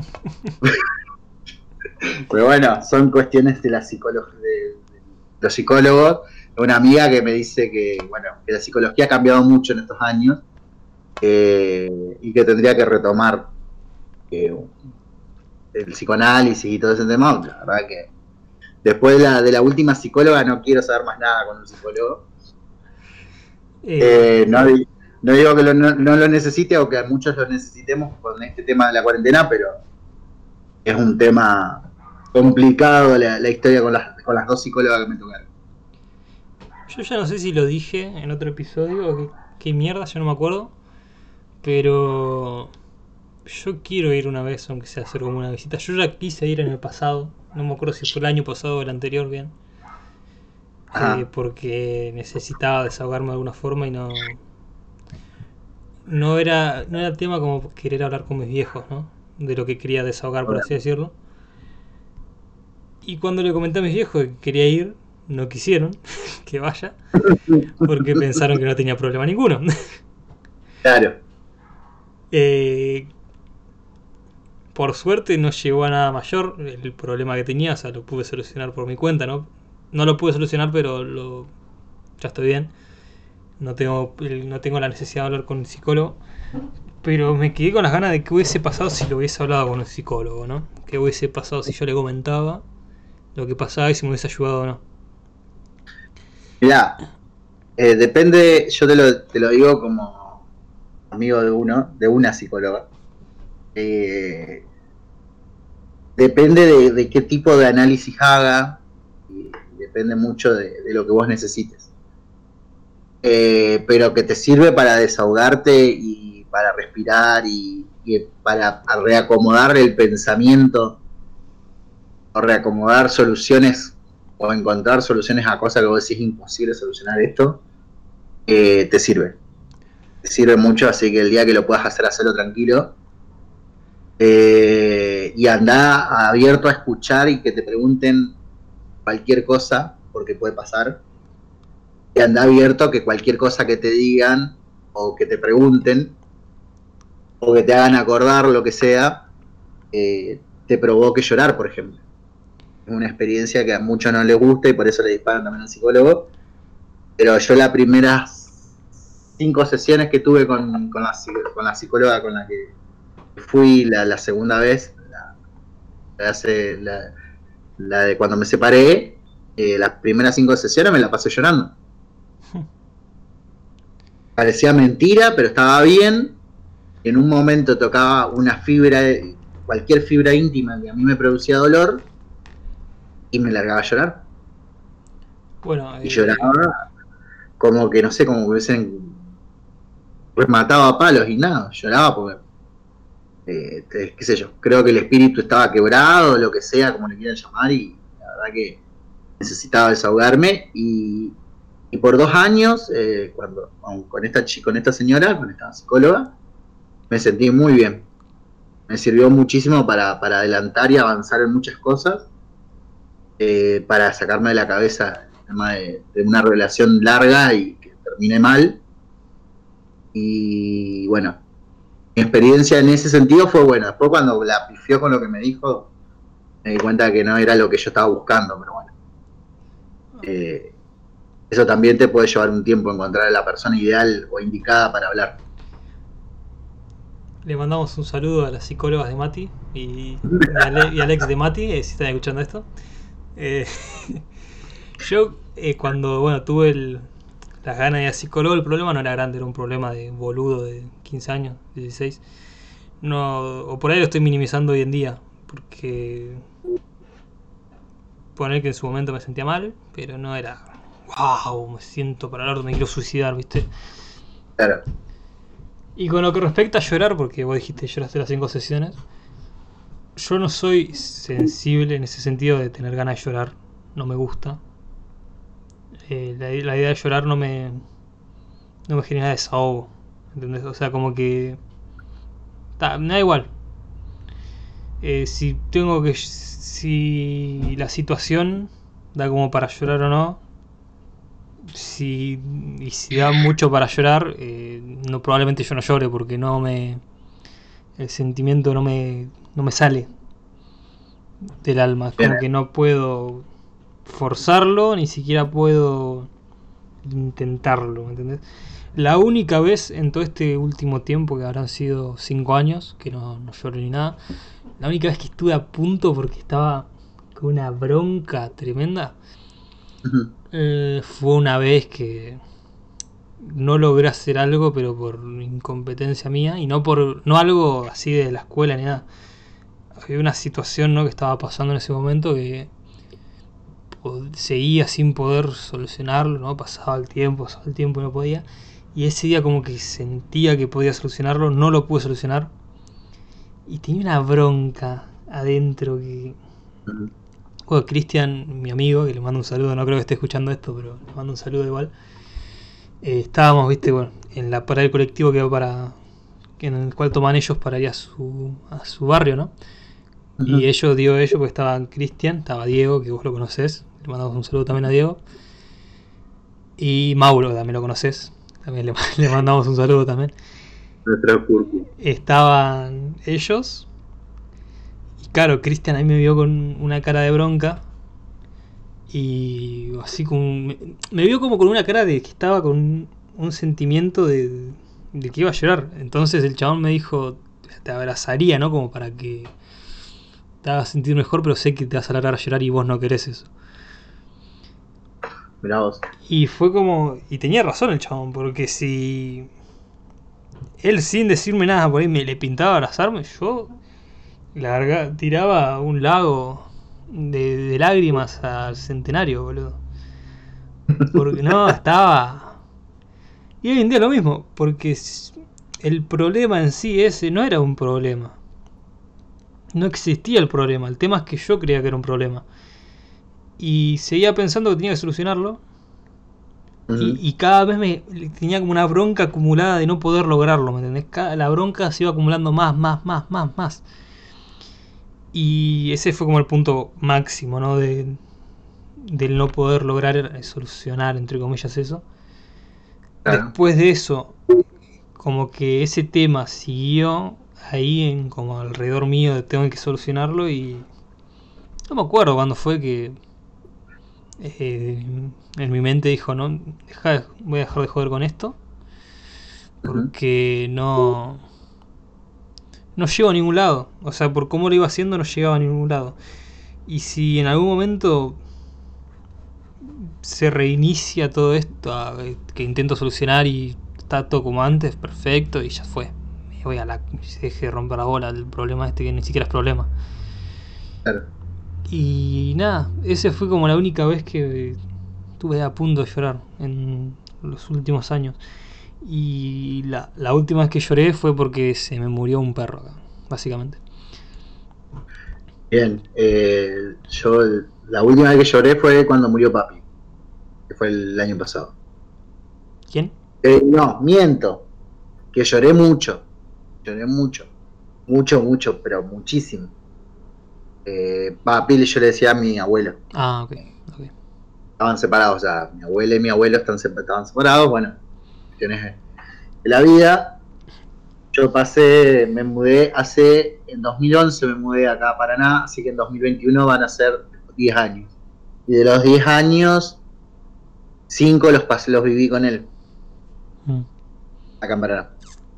Pero bueno, son cuestiones de la psicología, de, de los psicólogos. Una amiga que me dice que, bueno, que la psicología ha cambiado mucho en estos años, eh, y que tendría que retomar eh, el psicoanálisis y todo ese tema. La verdad que después de la, de la última psicóloga no quiero saber más nada con un psicólogo. Eh, eh, no, no digo que lo, no, no lo necesite o que a muchos lo necesitemos con este tema de la cuarentena, pero es un tema complicado la, la historia con las, con las dos psicólogas que me tocaron. Yo ya no sé si lo dije en otro episodio o qué, qué mierda, yo no me acuerdo. Pero yo quiero ir una vez, aunque sea hacer como una visita. Yo ya quise ir en el pasado. No me acuerdo si fue el año pasado o el anterior, bien. Eh, porque necesitaba desahogarme de alguna forma y no... No era, no era tema como querer hablar con mis viejos, ¿no? De lo que quería desahogar, por así decirlo. Y cuando le comenté a mis viejos que quería ir, no quisieron que vaya, porque pensaron que no tenía problema ninguno. Claro. Eh, por suerte no llegó a nada mayor el problema que tenía, o sea, lo pude solucionar por mi cuenta, ¿no? No lo pude solucionar, pero lo, ya estoy bien. No tengo, no tengo la necesidad de hablar con un psicólogo. Pero me quedé con las ganas de qué hubiese pasado si lo hubiese hablado con un psicólogo, ¿no? Qué hubiese pasado si yo le comentaba lo que pasaba y si me hubiese ayudado o no. Mirá, eh, depende, yo te lo, te lo digo como amigo de uno, de una psicóloga. Eh, depende de, de qué tipo de análisis haga y depende mucho de, de lo que vos necesites. Eh, pero que te sirve para desahogarte y para respirar y, y para reacomodar el pensamiento o reacomodar soluciones o encontrar soluciones a cosas que vos decís imposible solucionar esto, eh, te sirve. Te sirve mucho, así que el día que lo puedas hacer, hacerlo tranquilo. eh, y andá abierto a escuchar y que te pregunten cualquier cosa, porque puede pasar, y andá abierto a que cualquier cosa que te digan o que te pregunten o que te hagan acordar lo que sea, eh, te provoque llorar, por ejemplo. Es una experiencia que a muchos no les gusta y por eso le disparan también al psicólogo, pero yo las primeras cinco sesiones que tuve con, con, la, con la psicóloga con la que fui la, la segunda vez, la, la, hace, la, la de cuando me separé, eh, las primeras cinco sesiones me la pasé llorando. Parecía mentira, pero estaba bien. En un momento tocaba una fibra, cualquier fibra íntima que a mí me producía dolor, y me largaba a llorar. Bueno, Y eh, lloraba como que, no sé, como que hubiesen rematado a palos y nada, lloraba porque, eh, qué sé yo, creo que el espíritu estaba quebrado, lo que sea, como le quieran llamar, y la verdad que necesitaba desahogarme. Y, y por dos años, eh, cuando con esta, con esta señora, con esta psicóloga, me sentí muy bien. Me sirvió muchísimo para, para adelantar y avanzar en muchas cosas, eh, para sacarme de la cabeza el tema de, de una relación larga y que termine mal. Y bueno, mi experiencia en ese sentido fue buena. Después cuando la pifió con lo que me dijo, me di cuenta que no era lo que yo estaba buscando, pero bueno. Eh, eso también te puede llevar un tiempo encontrar a la persona ideal o indicada para hablar. le mandamos un saludo a las psicólogas de Mati y, y, Ale, y Alex de Mati, eh, si están escuchando esto. Eh, yo, eh, cuando bueno tuve el, las ganas de ir a psicólogo, el problema no era grande, era un problema de boludo de quince años, dieciséis. No, o por ahí lo estoy minimizando hoy en día, porque poner que en su momento me sentía mal, pero no era wow, me siento para hablar, me quiero suicidar, ¿viste? Claro. Y con lo que respecta a llorar, porque vos dijiste lloraste las cinco sesiones, yo no soy sensible en ese sentido de tener ganas de llorar, no me gusta. Eh, la, la idea de llorar no me, no me genera desahogo, ¿entendés? O sea, como que ta, me da igual. Eh, si tengo que, si la situación da como para llorar o no, si y si da mucho para llorar, eh, no, probablemente yo no llore porque no me, el sentimiento no me, no me sale del alma. Es como Bien. que no puedo forzarlo, ni siquiera puedo intentarlo, ¿me entendés? La única vez en todo este último tiempo, que habrán sido cinco años, que no, no lloro ni nada, la única vez que estuve a punto porque estaba con una bronca tremenda, Uh-huh. eh, fue una vez que no logré hacer algo, pero por incompetencia mía, y no por no algo así de la escuela ni nada. Había una situación, ¿no?, que estaba pasando en ese momento que seguía sin poder solucionarlo, ¿no? Pasaba el tiempo, pasaba el tiempo y no podía. Y ese día como que sentía que podía solucionarlo, no lo pude solucionar. Y tenía una bronca adentro que... Uh-huh. Bueno, Cristian, mi amigo, que le mando un saludo, no creo que esté escuchando esto, pero le mando un saludo igual. Eh, estábamos, viste, bueno, en la parada del colectivo que va para... en el cual toman ellos para ir a su, a su barrio, ¿no? Uh-huh. Y ellos, digo ellos, porque estaba Cristian, estaba Diego, que vos lo conocés. Le mandamos un saludo también a Diego. Y Mauro, también lo conoces. También le, le mandamos un saludo también. Estaban ellos. Y claro, Cristian ahí me vio con una cara de bronca. Y así como... Me, me vio como con una cara de que estaba con un, un sentimiento de, de que iba a llorar. Entonces el chabón me dijo, te abrazaría, ¿no? Como para que te hagas sentir mejor, pero sé que te vas a largar a llorar y vos no querés eso. Mirá vos. Y fue como... Y tenía razón el chabón, porque si... Él sin decirme nada por ahí me le pintaba abrazarme, yo... Larga, tiraba a un lago de, de lágrimas al Centenario, boludo. Porque no, estaba... Y hoy en día lo mismo, porque el problema en sí ese no era un problema. No existía el problema, el tema es que yo creía que era un problema. Y seguía pensando que tenía que solucionarlo. Uh-huh. Y, y cada vez me tenía como una bronca acumulada de no poder lograrlo, ¿me entendés? Cada, la bronca se iba acumulando más, más, más, más, más. Y ese fue como el punto máximo, ¿no? De, del no poder lograr solucionar, entre comillas, eso. Claro. Después de eso, como que ese tema siguió ahí en como alrededor mío de tengo que solucionarlo y no me acuerdo cuándo fue que eh, en mi mente dijo, no, deja, voy a dejar de joder con esto porque no no llego a ningún lado, o sea, por cómo lo iba haciendo no llegaba a ningún lado. Y si en algún momento se reinicia todo esto, a, que intento solucionar y está todo como antes, perfecto, y ya fue. Me voy a la. Se deje de romper la bola el problema este que ni siquiera es problema. Claro. Y nada, esa fue como la única vez que estuve a punto de llorar en los últimos años. Y la, la última vez que lloré fue porque se me murió un perro, básicamente. Bien, eh, yo la última vez que lloré fue cuando murió papi, que fue el año pasado. ¿Quién? Eh, no, miento, que lloré mucho, lloré mucho, mucho, mucho, pero muchísimo. Eh, papi, yo le decía a mi abuelo. Ah, ok, ok. Estaban separados, o sea, mi abuela y mi abuelo están, estaban separados, bueno, cuestiones de la vida. Yo pasé, me mudé hace, en dos mil once me mudé acá a Paraná, así que en dos mil veintiuno van a ser diez años. Y de los diez años, cinco los pasé, los viví con él, mm. acá en Paraná.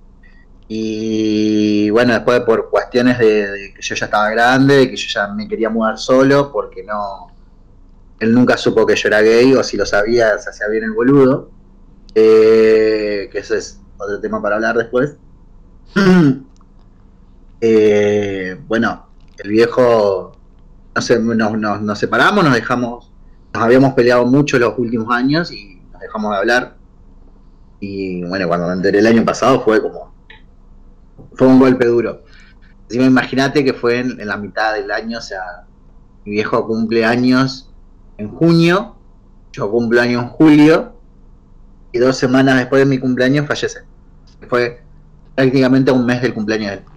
Y bueno, después por cuestiones de, de que yo ya estaba grande, de que yo ya me quería mudar solo, porque no, él nunca supo que yo era gay, o si lo sabía, se hacía bien el boludo. Eh, que ese es otro tema para hablar después. eh, bueno, el viejo, no sé, nos, nos, nos separamos, nos dejamos, nos habíamos peleado mucho los últimos años y nos dejamos de hablar. Y bueno, cuando me enteré el año pasado fue como, fue un golpe duro. Así me imagínate que fue en, en la mitad del año, o sea, mi viejo cumple años en junio, yo cumplo años en julio, y dos semanas después de mi cumpleaños fallece. Fue prácticamente un mes del cumpleaños de él.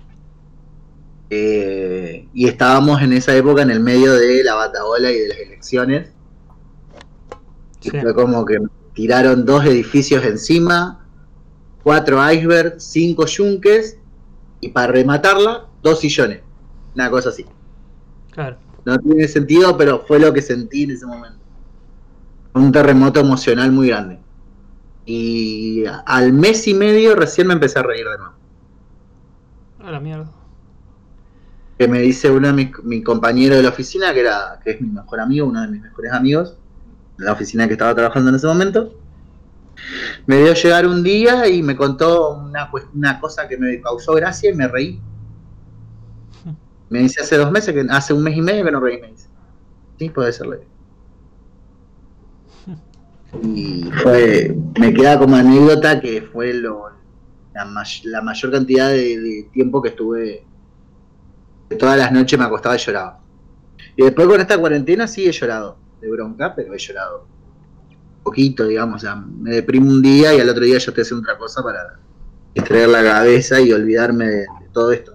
Eh, y estábamos en esa época en el medio de la batahola y de las elecciones. Sí. Y fue como que tiraron dos edificios encima, cuatro icebergs, cinco yunques, y para rematarla, dos sillones. Una cosa así. Claro. No tiene sentido, pero fue lo que sentí en ese momento. Un terremoto emocional muy grande. Y al mes y medio recién me empecé a reír de nuevo. A la mierda. Que me dice uno de mis mi compañero de la oficina, que era que es mi mejor amigo, uno de mis mejores amigos, en la oficina que estaba trabajando en ese momento, me vio llegar un día y me contó una, una cosa que me causó gracia y me reí. Me dice hace dos meses, que hace un mes y medio que no reí, me dice. Sí, puede ser reír. Y fue, me queda como anécdota que fue lo, la, may, la mayor cantidad de, de tiempo que estuve, que todas las noches me acostaba y lloraba. Y después con esta cuarentena sí he llorado, de bronca, pero he llorado poquito, digamos, o sea, me deprimo un día y al otro día yo estoy haciendo otra cosa para distraer la cabeza y olvidarme de, de todo esto.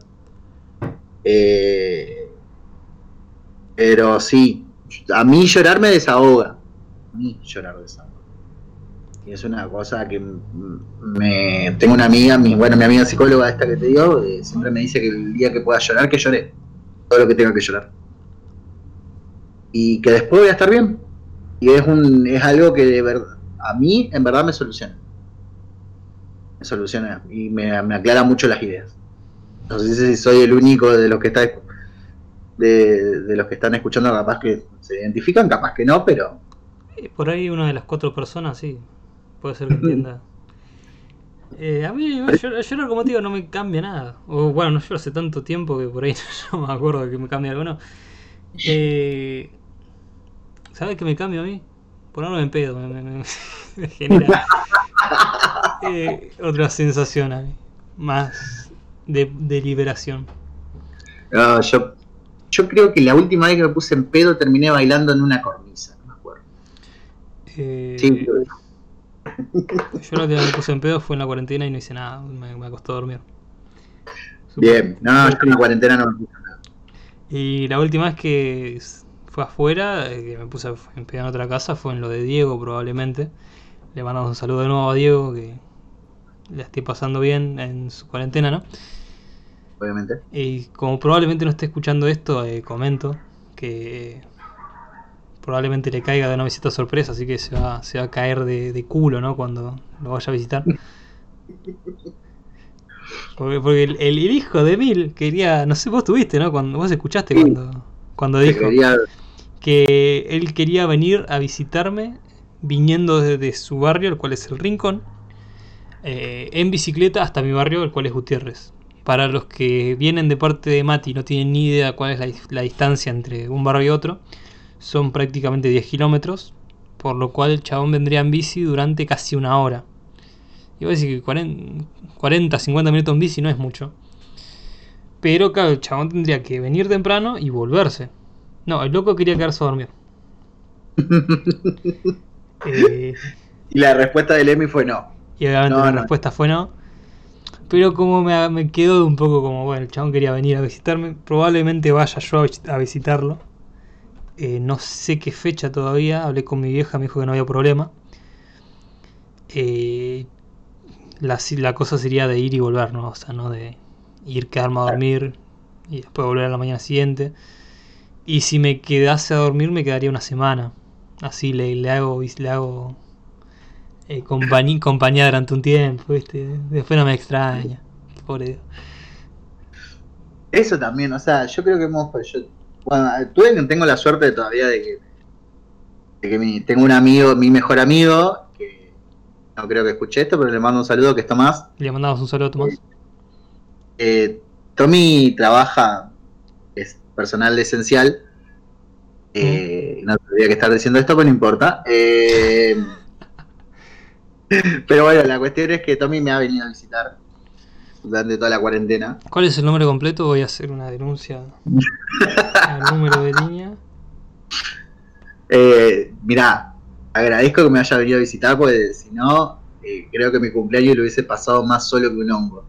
Eh, pero sí, a mí llorar me desahoga. A mí llorar desahoga. Y es una cosa que me tengo una amiga, mi, bueno, mi amiga psicóloga esta que te digo, eh, siempre me dice que el día que pueda llorar, que llore. Todo lo que tenga que llorar. Y que después voy a estar bien. Y es un es algo que de verdad, a mí en verdad me soluciona. Me soluciona y me, me aclara mucho las ideas. No sé si soy el único de los que está de, de los que están escuchando, capaz que se identifican, capaz que no, pero por ahí una de las cuatro personas sí puede ser que entienda. Eh, a mí llorar, llorar, como te digo, no me cambia nada. O bueno, no lloro hace tanto tiempo que por ahí no me acuerdo de que me cambie algo. No. Eh, ¿Sabes qué me cambia a mí? Ponerme en pedo. Me, me, me genera eh, otra sensación a mí. Más de, de liberación. Uh, yo, yo creo que la última vez que me puse en pedo terminé bailando en una cornisa, no me acuerdo. Eh, sí, pero... Yo la última vez que me puse en pedo fue en la cuarentena y no hice nada, me, me acosté a dormir. Super, Bien, no, yo en la cuarentena no me puse nada. Y la última vez que fue afuera, eh, que me puse a empezar en otra casa, fue en lo de Diego probablemente. Le mandamos un saludo de nuevo a Diego, que la esté pasando bien en su cuarentena, ¿no? Obviamente. Y como probablemente no esté escuchando esto, eh, comento que eh, probablemente le caiga de una visita sorpresa, así que se va, se va a caer de, de culo, ¿no? Cuando lo vaya a visitar. Porque, porque el, el, el hijo de Mil quería, no sé, vos tuviste, ¿no? Cuando vos escuchaste sí. cuando, cuando dijo quería... que él quería venir a visitarme viniendo desde su barrio, el cual es el Rincón, eh, en bicicleta hasta mi barrio, el cual es Gutiérrez. Para los que vienen de parte de Mati y no tienen ni idea cuál es la, la distancia entre un barrio y otro, son prácticamente diez kilómetros, por lo cual el chabón vendría en bici durante casi una hora. Iba a decir que cuarenta, cincuenta minutos en bici no es mucho. Pero claro, el chabón tendría que venir temprano y volverse. No, el loco quería quedarse a dormir. eh, y la respuesta del Emi fue no. Y obviamente no, la no. respuesta fue no. Pero como me, me quedó un poco como, bueno, el chabón quería venir a visitarme. Probablemente vaya yo a visitarlo. Eh, no sé qué fecha todavía. Hablé con mi vieja, me dijo que no había problema. Eh... La, la cosa sería de ir y volver, ¿no? O sea, no de ir, quedarme a dormir y después volver a la mañana siguiente. Y si me quedase a dormir me quedaría una semana. Así le, le hago, le hago eh, compañía, compañía durante un tiempo, ¿viste? Después no me extraña. Pobre Dios. Eso también, o sea, yo creo que hemos... Yo, bueno, tuve, tengo la suerte todavía de que, de que mi, tengo un amigo, mi mejor amigo... No creo que escuche esto, pero le mando un saludo, que es Tomás. Le mandamos un saludo a Tomás. Eh, Tommy trabaja, es personal esencial. Eh, mm. No tendría que estar diciendo esto, pero no importa. Eh, pero bueno, la cuestión es que Tommy me ha venido a visitar durante toda la cuarentena. ¿Cuál es el nombre completo? Voy a hacer una denuncia al número de línea. Eh, mirá. Agradezco que me haya venido a visitar, porque si no, eh, creo que mi cumpleaños lo hubiese pasado más solo que un hongo.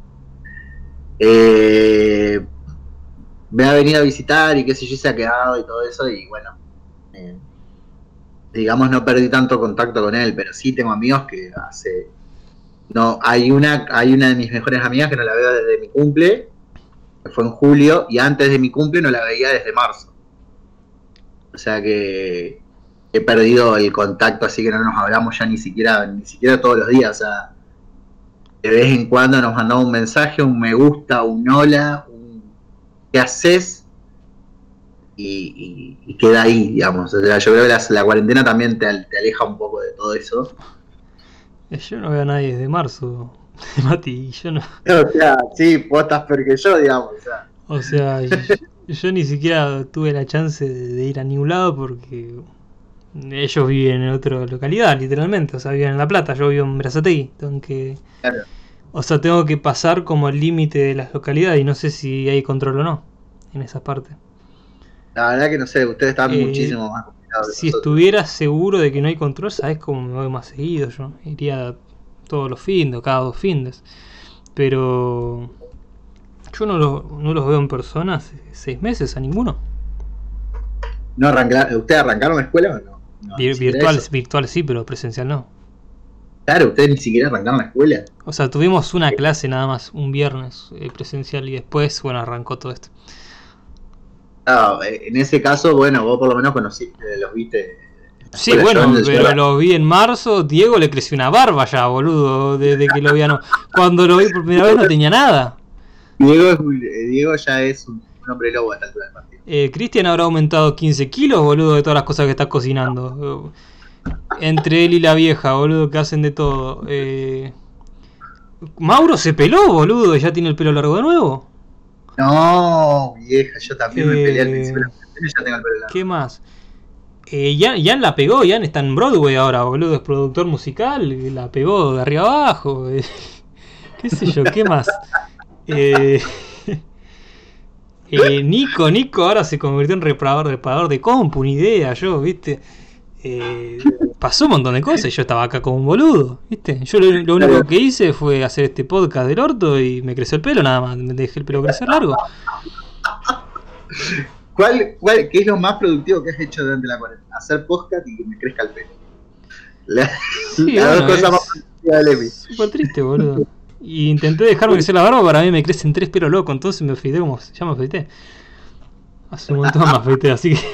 Eh, me ha venido a visitar y qué sé yo, se ha quedado y todo eso, y bueno, eh, digamos, no perdí tanto contacto con él, pero sí tengo amigos que hace... No, hay una, hay una de mis mejores amigas que no la veo desde mi cumple, que fue en julio, y antes de mi cumple no la veía desde marzo. O sea que... he perdido el contacto, así que no nos hablamos ya ni siquiera ni siquiera todos los días. O sea, de vez en cuando nos mandamos un mensaje, un me gusta, un hola, un ¿qué haces? Y, y, y queda ahí, digamos. O sea, yo creo que la, la cuarentena también te, te aleja un poco de todo eso. Yo no veo a nadie desde marzo, Mati, yo no... O sea, sí, vos estás peor que yo, digamos. O sea, o sea yo, yo ni siquiera tuve la chance de, de ir a ningún lado porque... ellos viven en otra localidad, literalmente, o sea, viven en La Plata, yo vivo en Berazategui, aunque, claro. O sea, tengo que pasar como el límite de las localidades y no sé si hay control o no en esas partes. La verdad que no sé, ustedes están eh, muchísimo más complicados. Si estuviera seguro de que no hay control, ¿sabes cómo me voy más seguido yo? Iría todos los fines, cada dos fines, pero yo no, lo, no los veo en persona hace seis meses a ninguno. ¿No arrancaron, ¿Ustedes arrancaron la escuela o no? No, Vir- virtual, virtual sí, pero presencial no. Claro, ustedes ni siquiera arrancaron la escuela. O sea, tuvimos una clase nada más, un viernes eh, presencial y después, bueno, arrancó todo esto. Ah, en ese caso, bueno, vos por lo menos conociste, los viste. Sí, bueno, pero lo vi en marzo, Diego le creció una barba ya, boludo, desde que lo vi. No. Cuando lo vi por primera vez no tenía nada. Diego, Diego ya es un, un hombre lobo a esta altura del partido. Eh, Cristian habrá aumentado quince kilos, boludo, de todas las cosas que está cocinando. Entre él y la vieja, boludo, que hacen de todo. Eh, Mauro se peló, boludo, ya tiene el pelo largo de nuevo. No, vieja, yo también eh, me peleé al principio de la cuarentena y ya tengo el pelo largo. ¿Qué más? Eh, Jan, Jan la pegó, Jan está en Broadway ahora, boludo, es productor musical, la pegó de arriba abajo. Eh, ¿Qué sé yo? ¿Qué más? Eh... Eh, Nico, Nico ahora se convirtió en reparador, reparador de compu, ni idea, yo, viste. Eh, pasó un montón de cosas y yo estaba acá como un boludo, viste. Yo lo, lo único que hice fue hacer este podcast del orto y me creció el pelo nada más, me dejé el pelo crecer largo. ¿Cuál, cuál, ¿Qué es lo más productivo que has hecho durante la cuarentena? Hacer podcast y que me crezca el pelo. La, Sí, las bueno, dos cosas más productivas del Emi. súper triste, boludo. Y intenté dejarme crecer la barba, para mí me crecen tres pelos locos, entonces me afeité como ya me afeité. Hace un montón me afeité, así que...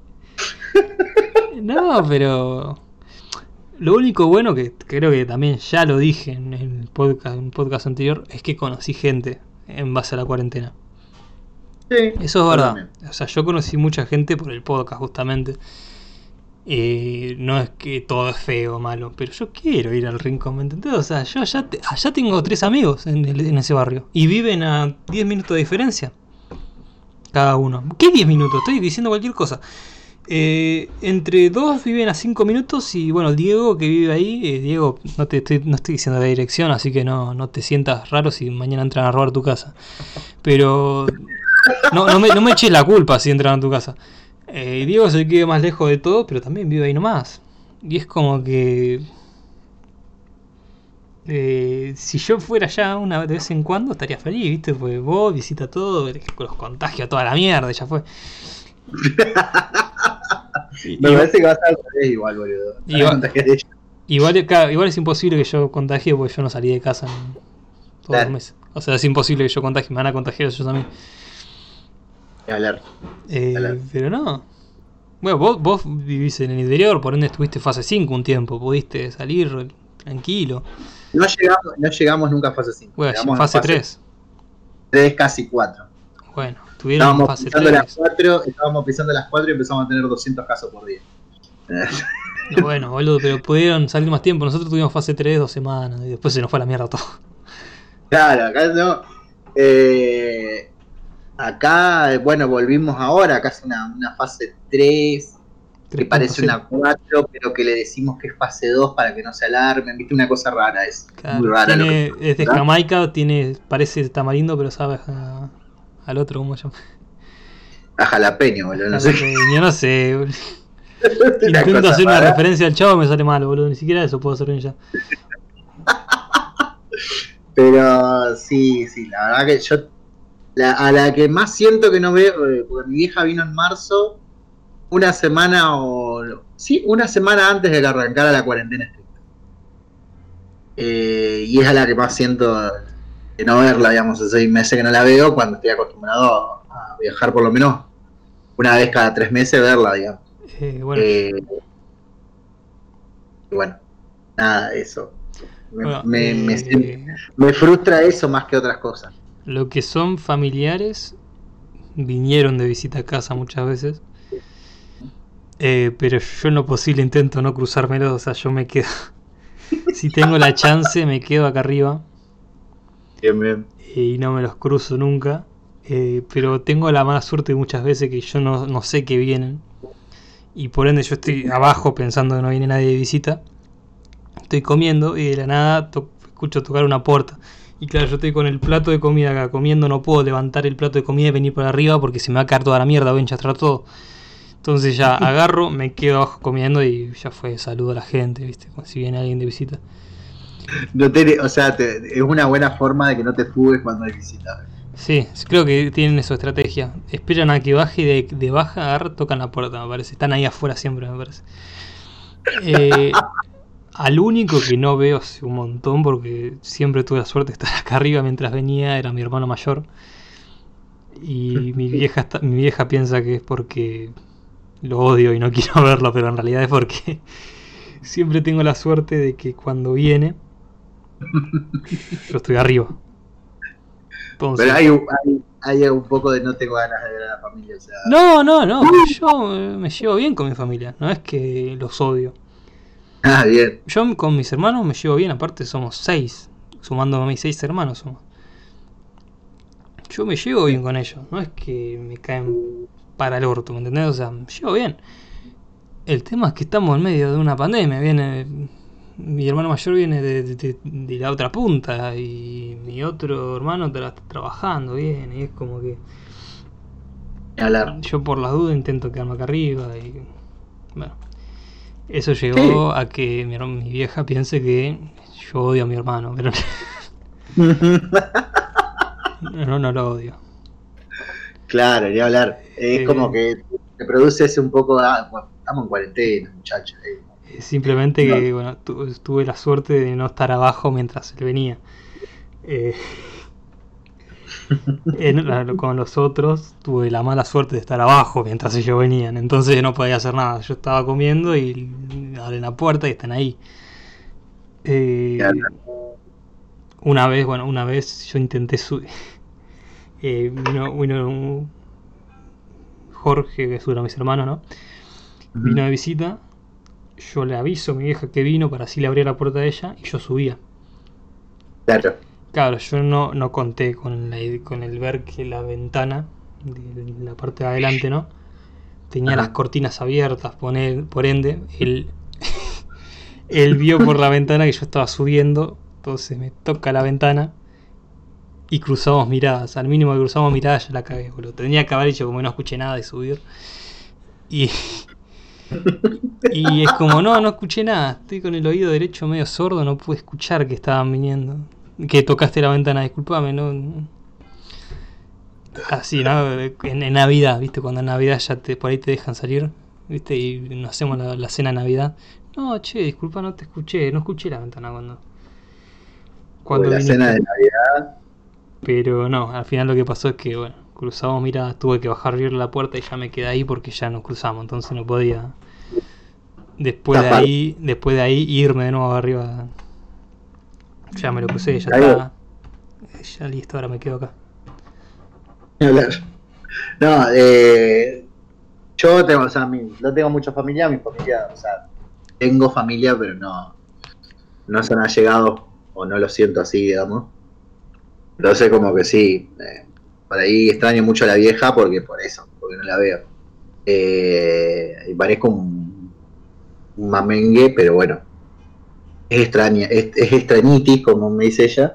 No, pero... Lo único bueno que creo que también ya lo dije en el podcast, en un podcast anterior, es que conocí gente en base a la cuarentena. Sí, Eso es verdad. también. O sea, yo conocí mucha gente por el podcast justamente. Eh, no es que todo es feo o malo, pero yo quiero ir al rincón, ¿me entendés? O sea, yo allá, te- allá tengo tres amigos en, el- en ese barrio y viven a diez minutos de diferencia cada uno. ¿Qué diez minutos? Estoy diciendo cualquier cosa. Eh, entre dos viven a cinco minutos y bueno, Diego que vive ahí, eh, Diego, no te estoy, no estoy diciendo la dirección, así que no, no te sientas raro si mañana entran a robar tu casa. Pero no, no me, no me eches la culpa si entran a tu casa. Eh, Diego es el que vive más lejos de todo, pero también vive ahí nomás. Y es como que... eh, si yo fuera allá una de vez en cuando estaría feliz, ¿viste? Pues vos visita todo, los contagios, toda la mierda, ya fue. Y- Me y- parece que va a estar al revés igual, boludo. Te van a Igual- contagiar ella. Igual, claro, igual es imposible que yo contagie porque yo no salí de casa en todos Claro. los meses. O sea, es imposible que yo contagie, me van a contagiar ellos también. Ni hablar. Eh, Claro. pero no. Bueno, vos, vos vivís en el interior, por ende estuviste fase cinco un tiempo, pudiste salir tranquilo. No llegamos, no llegamos nunca a fase cinco. Bueno, llegamos a fase tres. tres, casi cuatro. Bueno, estuvieron en Estábamos fase pisando las tres. cuatro, estábamos pisando las cuatro y empezamos a tener doscientos casos por día. No, bueno, boludo, pero pudieron salir más tiempo. Nosotros tuvimos fase tres dos semanas y después se nos fue a la mierda todo. Claro, acá no. Eh, acá, bueno, volvimos ahora, acá es una, una fase tres, que parece una cuatro, pero que le decimos que es fase dos para que no se alarmen. Viste, una cosa rara es. Claro, Muy rara. lo tiene, que- es de ¿verdad? Jamaica, tiene, parece tamarindo, pero sabe a- al otro, ¿cómo se llama? A jalapeño, boludo, no sé qué. Yo no sé, boludo. Una Intento cosa hacer una rara. referencia al chavo y me sale mal, boludo. Ni siquiera eso puedo hacer bien ya. Pero sí, sí, la verdad que yo, la- a la que más siento que no veo, eh, porque mi vieja vino en marzo, una semana o... Sí, una semana antes de que arrancara la cuarentena estricta. Eh, y es a la que más siento de no verla, digamos, hace seis meses que no la veo, cuando estoy acostumbrado a viajar por lo menos una vez cada tres meses verla, digamos. Eh, bueno, Eh, y bueno, nada, eso. Me, bueno, me- me eh, siento- me frustra eso más que otras cosas. lo que son familiares vinieron de visita a casa muchas veces. Eh, pero yo en lo posible intento no cruzármelo, o sea, yo me quedo. Si tengo la chance, me quedo acá arriba Bien, bien. y no me los cruzo nunca. Eh, pero tengo la mala suerte muchas veces que yo no, no sé que vienen. Y por ende yo estoy abajo pensando que no viene nadie de visita. Estoy comiendo y de la nada to- escucho tocar una puerta. Y claro, yo estoy con el plato de comida acá comiendo, no puedo levantar el plato de comida y venir por arriba porque se me va a caer toda la mierda, voy a enchastrar todo. Entonces ya agarro, me quedo abajo comiendo y ya fue, saludo a la gente, ¿viste? Como si viene alguien de visita. No te- o sea, te- es una buena forma de que no te fugues cuando hay visita. Sí, creo que tienen su estrategia. Esperan a que baje y de, de baja, agarra, tocan la puerta, me parece. Están ahí afuera siempre, me parece. Eh, al único que no veo hace un montón, porque siempre tuve la suerte de estar acá arriba mientras venía, era mi hermano mayor. Y mi vieja, está- mi vieja piensa que es porque lo odio y no quiero verlo, pero en realidad es porque siempre tengo la suerte de que cuando viene, yo estoy arriba. Entonces, Pero hay, un- hay, hay un poco de no tengo ganas de ver a la familia. O sea, no, no, no, yo eh, me llevo bien con mi familia, no es que los odio. ah, bien. Yo con mis hermanos me llevo bien, aparte somos seis, sumando a mis seis hermanos somos. Yo me llevo bien con ellos, no es que me caen para el orto, ¿me entendés? O sea, me llevo bien. El tema es que estamos en medio de una pandemia, viene... Mi hermano mayor viene de, de- de- de la otra punta y mi otro hermano tra- está trabajando bien y es como que... Ni hablar. Yo por las dudas intento quedarme acá arriba y... Bueno, eso llegó a que mi, herma- mi vieja piense que yo odio a mi hermano, pero no, no lo odio. Claro, ni hablar. Es Eh, como que te produce ese un poco, ah, bueno, estamos en cuarentena, muchachos. Eh. Simplemente No, que, bueno, tu, tuve la suerte de no estar abajo mientras él venía. Eh, en, con los otros tuve la mala suerte de estar abajo mientras ellos venían. Entonces yo no podía hacer nada. Yo estaba comiendo y abren la puerta y están ahí. Eh, una vez, bueno, una vez yo intenté subir. Eh, vino, vino un Jorge, que es uno de mis hermanos, ¿no? Vino de visita. Yo le aviso a mi vieja que vino para así le abría la puerta a ella y yo subía. claro. Claro, yo no, no conté con, la, con el ver que la ventana de la parte de adelante, ¿no? Tenía las Ajá. cortinas abiertas, por, él, por ende, él, él vio por la ventana que yo estaba subiendo, entonces me toca la ventana y cruzamos miradas. Al mínimo que cruzamos miradas ya la cagué, boludo. Tenía que haber dicho como no escuché nada de subir. Y, y es como, no, no escuché nada. Estoy con el oído derecho medio sordo, no pude escuchar que estaban viniendo. Que tocaste la ventana, disculpame, no. Así, ¿no? En, en Navidad, ¿viste? Cuando en Navidad ya te, por ahí te dejan salir, ¿viste? Y nos hacemos la, la cena de Navidad. No, che, disculpa, no te escuché, no escuché la ventana cuando, O cuando la cena viniste. de Navidad. Pero no, al final lo que pasó es que, bueno, cruzamos miradas, tuve que bajar abrir la puerta y ya me quedé ahí porque ya nos cruzamos, entonces no podía. Después de Zafar. ahí, después de ahí irme de nuevo arriba. Ya me lo crucé, ya Ahí está. Ya listo, ahora me quedo acá. ni hablar. No, eh, yo tengo, o sea, mi, no tengo mucha familia, mi familia, o sea, tengo familia, pero no, no son allegados, o no lo siento así, digamos. Entonces, como que sí, eh, por ahí extraño mucho a la vieja porque por eso, porque no la veo. Eh, y parezco un, un mamengue, pero bueno, es extraña, es, es extrañitis, como me dice ella.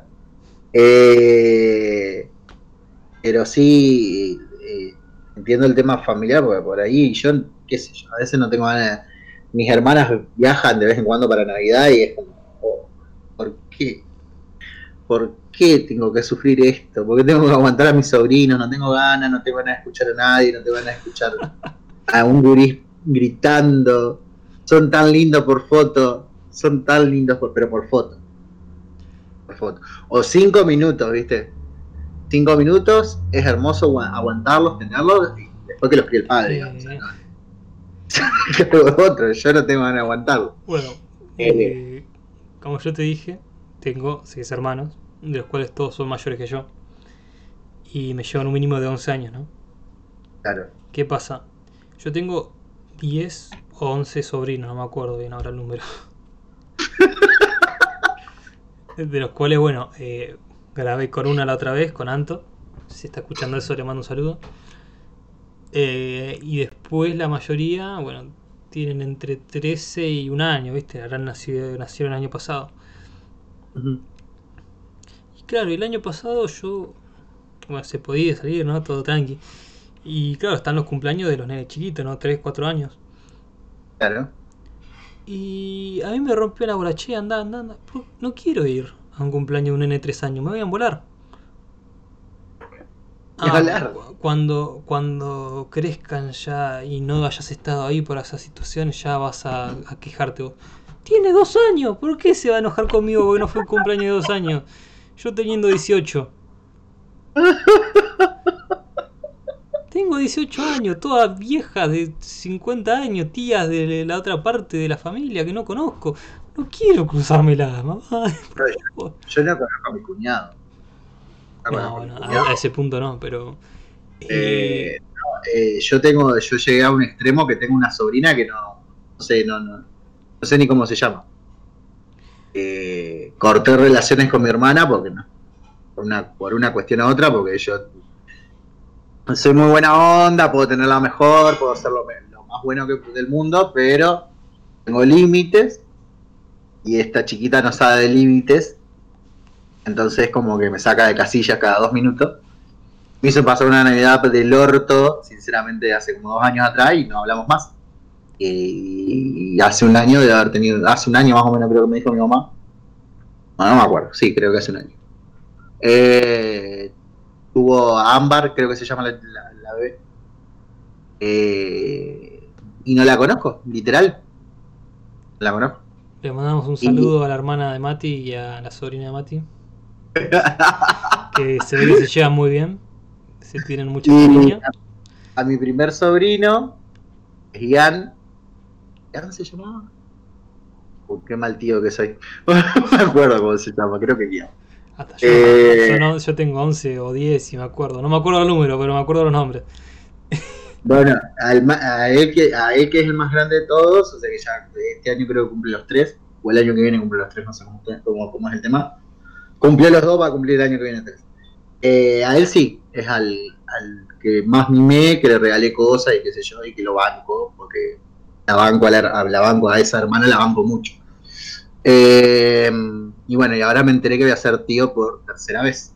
Eh, pero sí, eh, entiendo el tema familiar, porque por ahí yo, qué sé yo, a veces no tengo ganas. Mis hermanas viajan de vez en cuando para Navidad y es como, oh, ¿por qué? ¿Por qué tengo que sufrir esto? ¿Por qué tengo que aguantar a mis sobrinos? No tengo ganas, no tengo ganas de escuchar a nadie, no tengo ganas de escuchar a un gurí gritando. Son tan lindos por foto, son tan lindos, por, pero por foto, por foto. O cinco minutos, ¿viste? Cinco minutos, es hermoso aguantarlos, tenerlos, y después que los críe el padre, digamos. Eh, No, otro, yo no tengo ganas de aguantarlo. bueno, Eh, eh, como yo te dije, tengo seis hermanos, de los cuales todos son mayores que yo. Y me llevan un mínimo de once años, ¿no? claro. ¿Qué pasa? Yo tengo diez o once sobrinos, no me acuerdo bien ahora el número. De los cuales, bueno, eh, grabé con una la otra vez, con Anto. Si está escuchando eso, le mando un saludo. Eh, y después la mayoría, bueno, tienen entre trece y un año, ¿viste? Habrán nacido, nacieron el año pasado. Uh-huh. Y claro, el año pasado yo, bueno, se podía salir, ¿no? Todo tranqui. Y claro, están los cumpleaños de los nenes chiquitos, ¿no? tres, cuatro años. Claro. Y a mí me rompió la bola, che, anda, anda, anda. No quiero ir a un cumpleaños de un nene de tres años, me voy a volar. Ah, cuando, cuando crezcan ya y no hayas estado ahí por esas situaciones, ya vas a, a quejarte vos. Tiene dos años, ¿por qué se va a enojar conmigo porque no fue un cumpleaños de dos años? Yo teniendo dieciocho. Tengo dieciocho años, todas viejas de cincuenta años, tías de la otra parte de la familia que no conozco. No quiero cruzármela, mamá. Por yo, yo no conozco a mi cuñado. No, no, bueno, a, a ese punto no, pero... Eh, no, eh, yo tengo, yo llegué a un extremo que tengo una sobrina que no, no sé, no, no, no sé ni cómo se llama. Eh, corté relaciones con mi hermana porque no, por una, por una cuestión a otra, porque yo soy muy buena onda, puedo tenerla mejor, puedo ser lo, lo más bueno que, del mundo, pero tengo límites y esta chiquita no sabe de límites, entonces como que me saca de casillas cada dos minutos. Me hizo pasar una Navidad del orto, sinceramente, hace como dos años atrás y no hablamos más. Y hace un año de haber tenido, hace un año más o menos creo que me dijo mi mamá. No, no me acuerdo, sí, creo que hace un año. Eh, tuvo a Ámbar, creo que se llama la, la, la bebé. Eh, y no la conozco, literal. No la conozco. Le mandamos un Y, saludo a la hermana de Mati y a la sobrina de Mati, que se ve que se llevan muy bien, se tienen mucho y cariño. a, a mi primer sobrino, Ian, ¿Ian se llamaba? Uh, qué mal tío que soy. No me acuerdo cómo se llama, creo que Ian. Hasta yo, no, Eh, yo, no, yo tengo once o diez y me acuerdo. No me acuerdo el número, pero me acuerdo los nombres. bueno, al, a, él que, a él que es el más grande de todos, o sea que ya este año creo que cumple los tres, o el año que viene cumple los tres, no sé cómo, cómo, cómo es el tema. Cumplió los dos, va a cumplir el año que viene tres. Eh, a él sí, es al, al que más mimé, que le regalé cosas y qué sé yo, y que lo banco, porque la banco a, la, la banco a esa hermana, la banco mucho. Eh, y bueno, y ahora me enteré que voy a ser tío por tercera vez.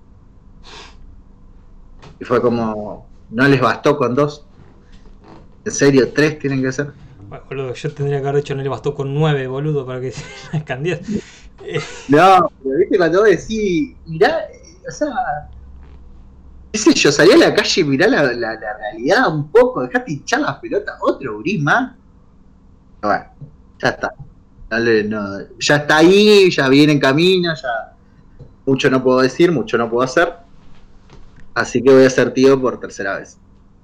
Y fue como, no les bastó con dos. ¿En serio? ¿Tres tienen que ser? Bueno, boludo, yo tendría que haber dicho no le bastó con nueve, boludo, para que se escandiera. Eh, No, pero viste cuando vos decís, mirá, eh, o sea, qué sé yo, salí a la calle y mirá la, la, la realidad un poco, dejate hinchar las pelotas, otro gris más. Bueno, ya está. Dale, no, ya está ahí, ya viene en camino, ya mucho no puedo decir, mucho no puedo hacer. Así que voy a ser tío por tercera vez.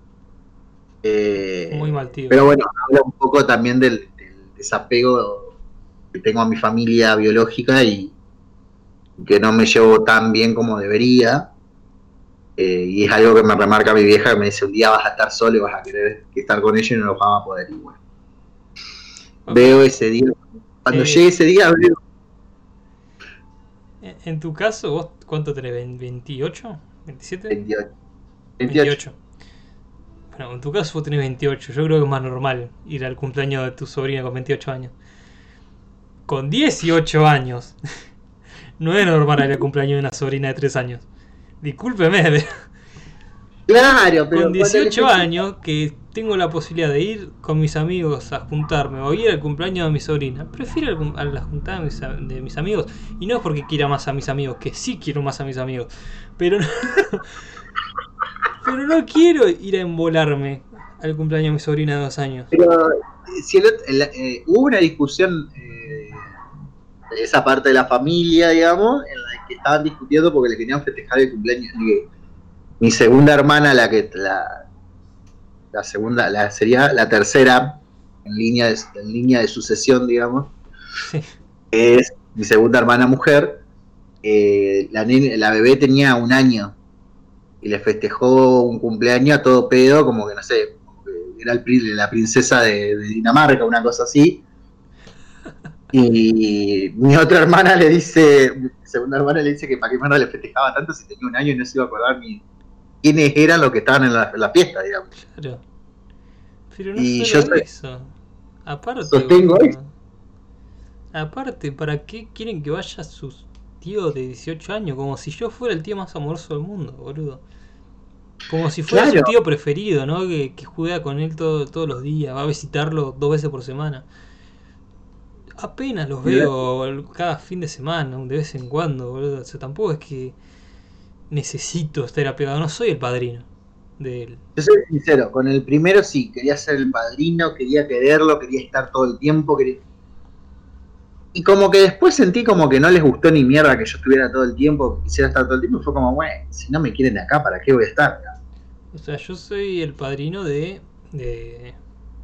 muy mal Eh, tío. pero bueno, habla un poco también del, del desapego que tengo a mi familia biológica y que no me llevo tan bien como debería. Eh, y es algo que me remarca mi vieja, que me dice, un día vas a estar solo y vas a querer estar con ellos y no los vamos a poder. Y bueno, Bueno, veo pero, ese día. Cuando eh, llegue ese día, veo en tu caso, ¿vos cuánto tenés? ¿veintiocho? ¿veintisiete? veintiocho. veintiocho. veintiocho. Bueno, en tu caso vos tenés veintiocho. Yo creo que es más normal ir al cumpleaños de tu sobrina con veintiocho años. Con dieciocho años. No es normal ir al cumpleaños de una sobrina de tres años. Discúlpeme, pero Claro, con pero cuando le dieciocho festejo, años que tengo la posibilidad de ir con mis amigos a juntarme o ir al cumpleaños de mi sobrina, prefiero a la juntada de mis, de mis amigos. Y no es porque quiera más a mis amigos, que sí quiero más a mis amigos. Pero no, pero no quiero ir a embolarme al cumpleaños de mi sobrina de dos años. pero si el, el, eh, hubo una discusión eh, de esa parte de la familia, digamos, en la que estaban discutiendo porque le querían festejar el cumpleaños. Y mi segunda hermana, la que la, la segunda, la sería la tercera en línea de, en línea de sucesión, digamos, Sí. es mi segunda hermana mujer. Eh, la, nene, la bebé tenía un año y le festejó un cumpleaños a todo pedo, como que no sé, como que era el, la princesa de, de Dinamarca, una cosa así. Y mi otra hermana le dice, mi segunda hermana le dice que para qué hermana le festejaba tanto si tenía un año y no se iba a acordar ni quiénes eran los que estaban en la, en la fiesta, digamos. Claro. Pero no Y yo solo eso. Aparte, sostengo eso. boludo. Aparte, ¿para qué quieren que vaya sus tíos de dieciocho años? Como si yo fuera el tío más amoroso del mundo, boludo. Como si fuera su Claro, tío preferido, ¿no? Que, que juega con él todo, todos los días, va a visitarlo dos veces por semana. Apenas los veo cada fin de semana, de vez en cuando, boludo. O sea, tampoco es que necesito estar apegado, no soy el padrino de él. yo soy sincero, con el primero sí, quería ser el padrino, quería quererlo, quería estar todo el tiempo, quería... Y como que después sentí como que no les gustó ni mierda que yo estuviera todo el tiempo, que quisiera estar todo el tiempo, y fue como, bueno, si no me quieren de acá, ¿para qué voy a estar? O sea, yo soy el padrino de, de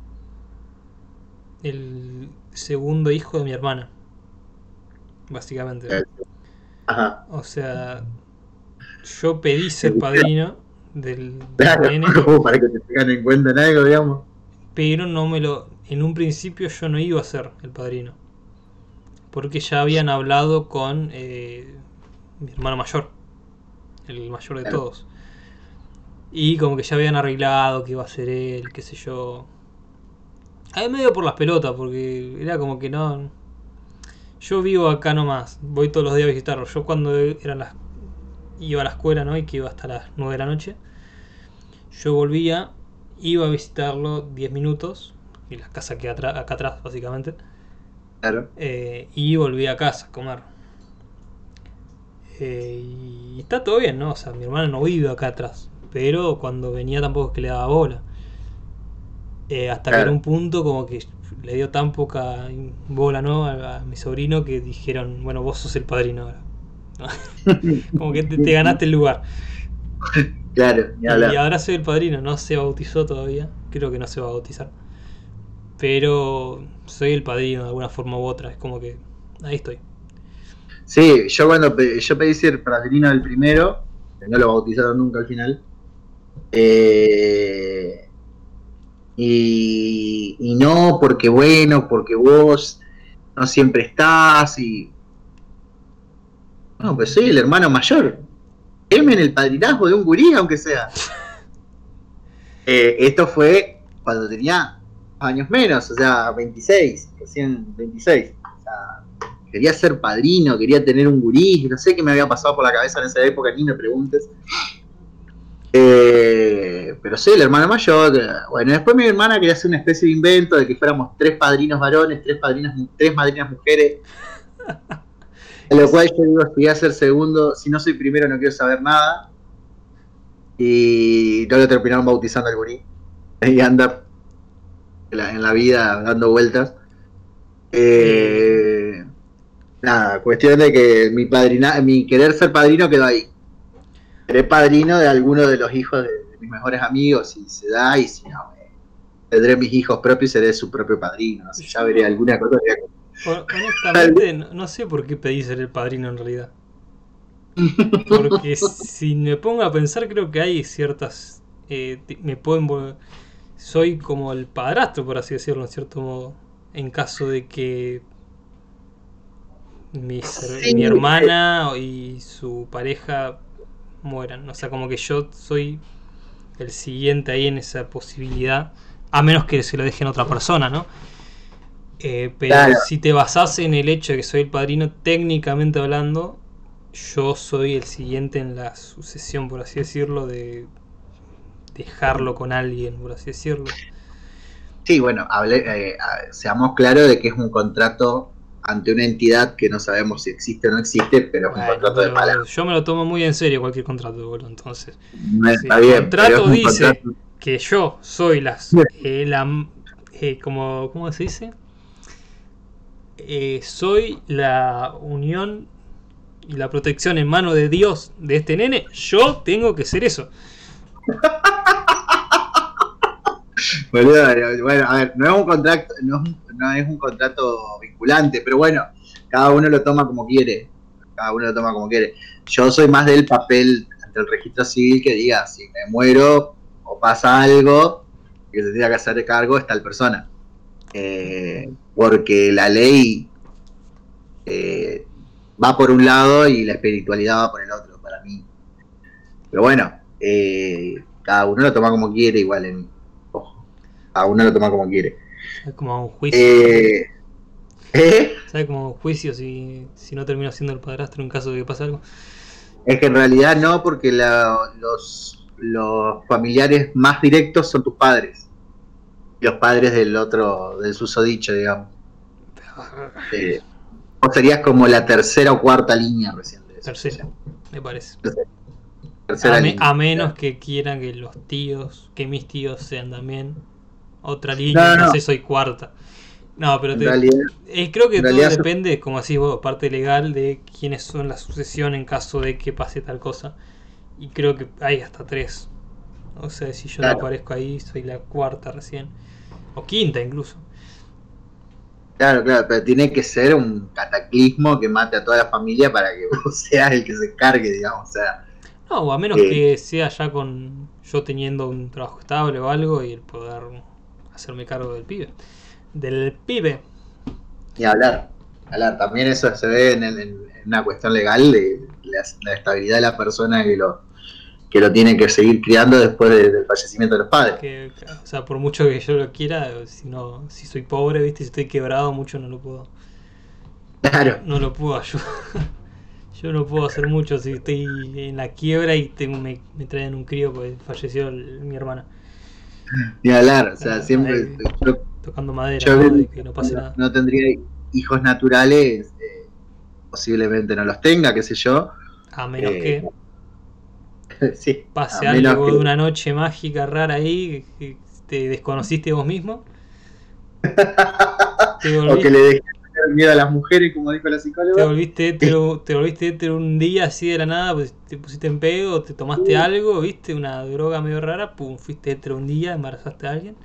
el segundo hijo de mi hermana, básicamente. Ajá. O sea, yo pedí ser padrino del, del Claro, nene, como para que te tengan en cuenta en algo, digamos. pero no me lo. En un principio yo no iba a ser el padrino, porque ya habían hablado con eh, mi hermano mayor, el mayor de Claro. todos. Y como que ya habían arreglado que iba a ser él, qué sé yo. Ahí medio por las pelotas, porque era como que no. Yo vivo acá nomás, voy todos los días a visitarlo. Yo cuando eran las, iba a la escuela, ¿no? Y que iba hasta las nueve de la noche. Yo volvía, iba a visitarlo diez minutos, y la casa queda acá atrás, básicamente. Claro. Eh, y volví a casa a comer. Eh, y está todo bien, ¿no? O sea, mi hermana no vive acá atrás. pero cuando venía tampoco es que le daba bola. Eh, hasta Claro. que en un punto como que le dio tan poca bola, ¿no? a, a mi sobrino que dijeron, bueno, vos sos el padrino ahora. Como que te, te ganaste el lugar. Claro, ni Y hablar. ahora soy el padrino, no se bautizó todavía, creo que no se va a bautizar. Pero soy el padrino de alguna forma u otra, es como que ahí estoy. Sí, yo cuando pe- yo pedí ser padrino del primero, que no lo bautizaron nunca al final, eh, y, y no, porque bueno, porque vos no siempre estás, y no, pues soy el hermano mayor. Denme en el padrinazgo de un gurí, aunque sea. Eh, esto fue cuando tenía años menos, o sea, veintiséis, recién veintiséis. O sea, quería ser padrino, quería tener un gurí, no sé qué me había pasado por la cabeza en esa época, ni me preguntes. Eh, pero soy el hermano mayor. Bueno, después mi hermana quería hacer una especie de invento de que fuéramos tres padrinos varones, tres padrinas, tres madrinas mujeres. A lo cual yo digo, si voy a ser segundo, si no soy primero no quiero saber nada. Y no lo terminaron bautizando al gurí. Y anda en la, en la vida dando vueltas. Eh, Eh, nada, cuestión de que mi padrina, mi querer ser padrino quedó ahí. Seré padrino de alguno de los hijos de, de mis mejores amigos, si se da, y si no, eh, tendré mis hijos propios y seré su propio padrino. No sé, ya veré yo, alguna cosa. honestamente, no, no sé por qué pedí ser el padrino en realidad. Porque si me pongo a pensar, creo que hay ciertas. Eh, me puedo envol- Soy como el padrastro, por así decirlo, en cierto modo. En caso de que mis her- Sí, mi eh, hermana y su pareja mueran. O sea, como que yo soy el siguiente ahí en esa posibilidad. A menos que se lo dejen a otra persona, ¿no? Eh, pero claro, si te basás en el hecho de que soy el padrino, técnicamente hablando, yo soy el siguiente en la sucesión, por así decirlo, de dejarlo con alguien, por así decirlo. sí, bueno, hable, eh, a- seamos claros de que es un contrato ante una entidad que no sabemos si existe o no existe, pero es un Bueno, contrato de pero palabra. yo me lo tomo muy en serio cualquier contrato, boludo. Entonces, No si está el bien, pero es contrato un dice contrato. que yo soy las, eh, la, eh, como, ¿cómo se dice? Eh, soy la unión y la protección en mano de Dios de este nene, yo tengo que ser eso. Boludo, bueno, a ver, no es un contrato, no es un, no es un contrato vinculante, pero bueno, cada uno lo toma como quiere. Cada uno lo toma como quiere. Yo soy más del papel ante el registro civil que diga, si me muero o pasa algo, que se tenga que hacer cargo es tal persona. Eh, porque la ley eh, va por un lado y la espiritualidad va por el otro, para mí. Pero bueno, eh, cada uno lo toma como quiere, igual en, ojo, cada uno lo toma como quiere. ¿Sabes? Como un juicio. Eh, ¿eh? ¿Sabes? Como un juicio si, si no termino siendo el padrastro en caso de que pase algo. Es que en realidad no, porque la, los, los familiares más directos son tus padres. Y los padres del otro, del susodicho, digamos. Eh, vos serías como la tercera o cuarta línea recién de Tercera, sucesión. me parece. Tercera, A, tercera me, a línea. menos Claro. que quieran que los tíos, que mis tíos sean también otra línea, No, no, no. entonces soy cuarta. No, pero En te, realidad, eh, creo que en todo realidad depende, como decís vos, parte legal de quiénes son la sucesión en caso de que pase tal cosa. Y creo que hay hasta tres. O sea, si yo no claro, aparezco ahí, soy la cuarta recién. O quinta incluso. claro, claro, pero tiene que ser un cataclismo que mate a toda la familia para que vos seas el que se encargue, digamos. O sea, No, o a menos eh, que sea ya con yo teniendo un trabajo estable o algo y el poder hacerme cargo del pibe. Del pibe. ni hablar. Hablar. También eso se ve en, el- en una cuestión legal de la, la estabilidad de la persona que lo, que lo tiene que seguir criando después de- del fallecimiento de los padres. Que, o sea, por mucho que yo lo quiera, si no, si soy pobre, viste, si estoy quebrado, mucho no lo puedo. Claro, No lo puedo ayudar. Yo no puedo hacer mucho si estoy en la quiebra y tengo, me, me traen un crío porque falleció el- mi hermana. ni hablar. O sea, Ah, siempre ahí, yo, tocando madera, yo ¿no? De que no pase no, nada. no tendría hijos naturales, eh, posiblemente no los tenga, qué sé yo. A menos Eh, que. sí, pase a menos algo que... de una noche mágica rara ahí, que te desconociste vos mismo, te o que volviste, le dejes tener miedo a las mujeres, como dijo la te psicóloga. volviste hetero, te volviste hetero un día así de la nada, pues te pusiste en pedo, te tomaste algo, viste, una droga medio rara, pum, fuiste hetero un día, embarazaste a alguien.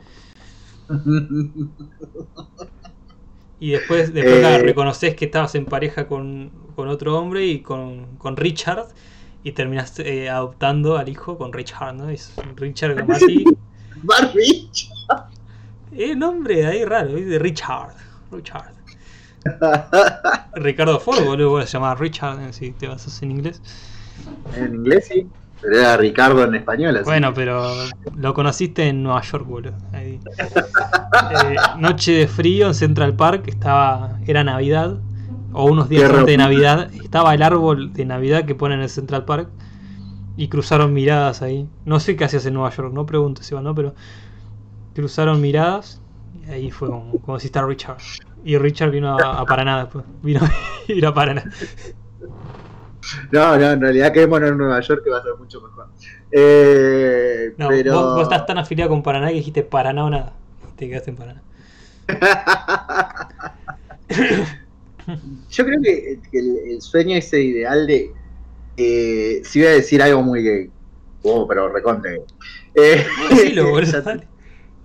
Y después, después claro, eh, reconoces que estabas en pareja con, con otro hombre y con, con Richard. Y terminaste eh, adoptando al hijo con Richard, ¿no? Es Richard Gamati. Barbie. Eh, nombre ahí raro, ¿viste? Richard. Richard. Ricardo Ford, boludo, se llamaba Richard eh, si te basas en inglés. En inglés sí, pero era Ricardo en español, así Bueno, que... pero lo conociste en Nueva York, boludo. Ahí. Eh, noche de frío en Central Park, estaba, era Navidad, o unos días Qué antes de romántico. Navidad, estaba el árbol de Navidad que ponen en el Central Park y cruzaron miradas ahí. No sé qué hacías en Nueva York, no pregunto si va, ¿no? Pero cruzaron miradas y ahí fue como, como si está Richard. Y Richard vino a, a Paraná después. Vino a ir a Paraná. No, no, en realidad quedémonos en Nueva York que va a ser mucho mejor. Eh, No, vos, vos pero... estás tan afiliado con Paraná que dijiste Paraná o nada. Y te quedaste en Paraná. Yo creo que, que el, el sueño ese ideal de... Eh, si iba a decir algo muy gay. Oh, pero recontra gay. Eh, Vos decilo, boludo, ya te- dale.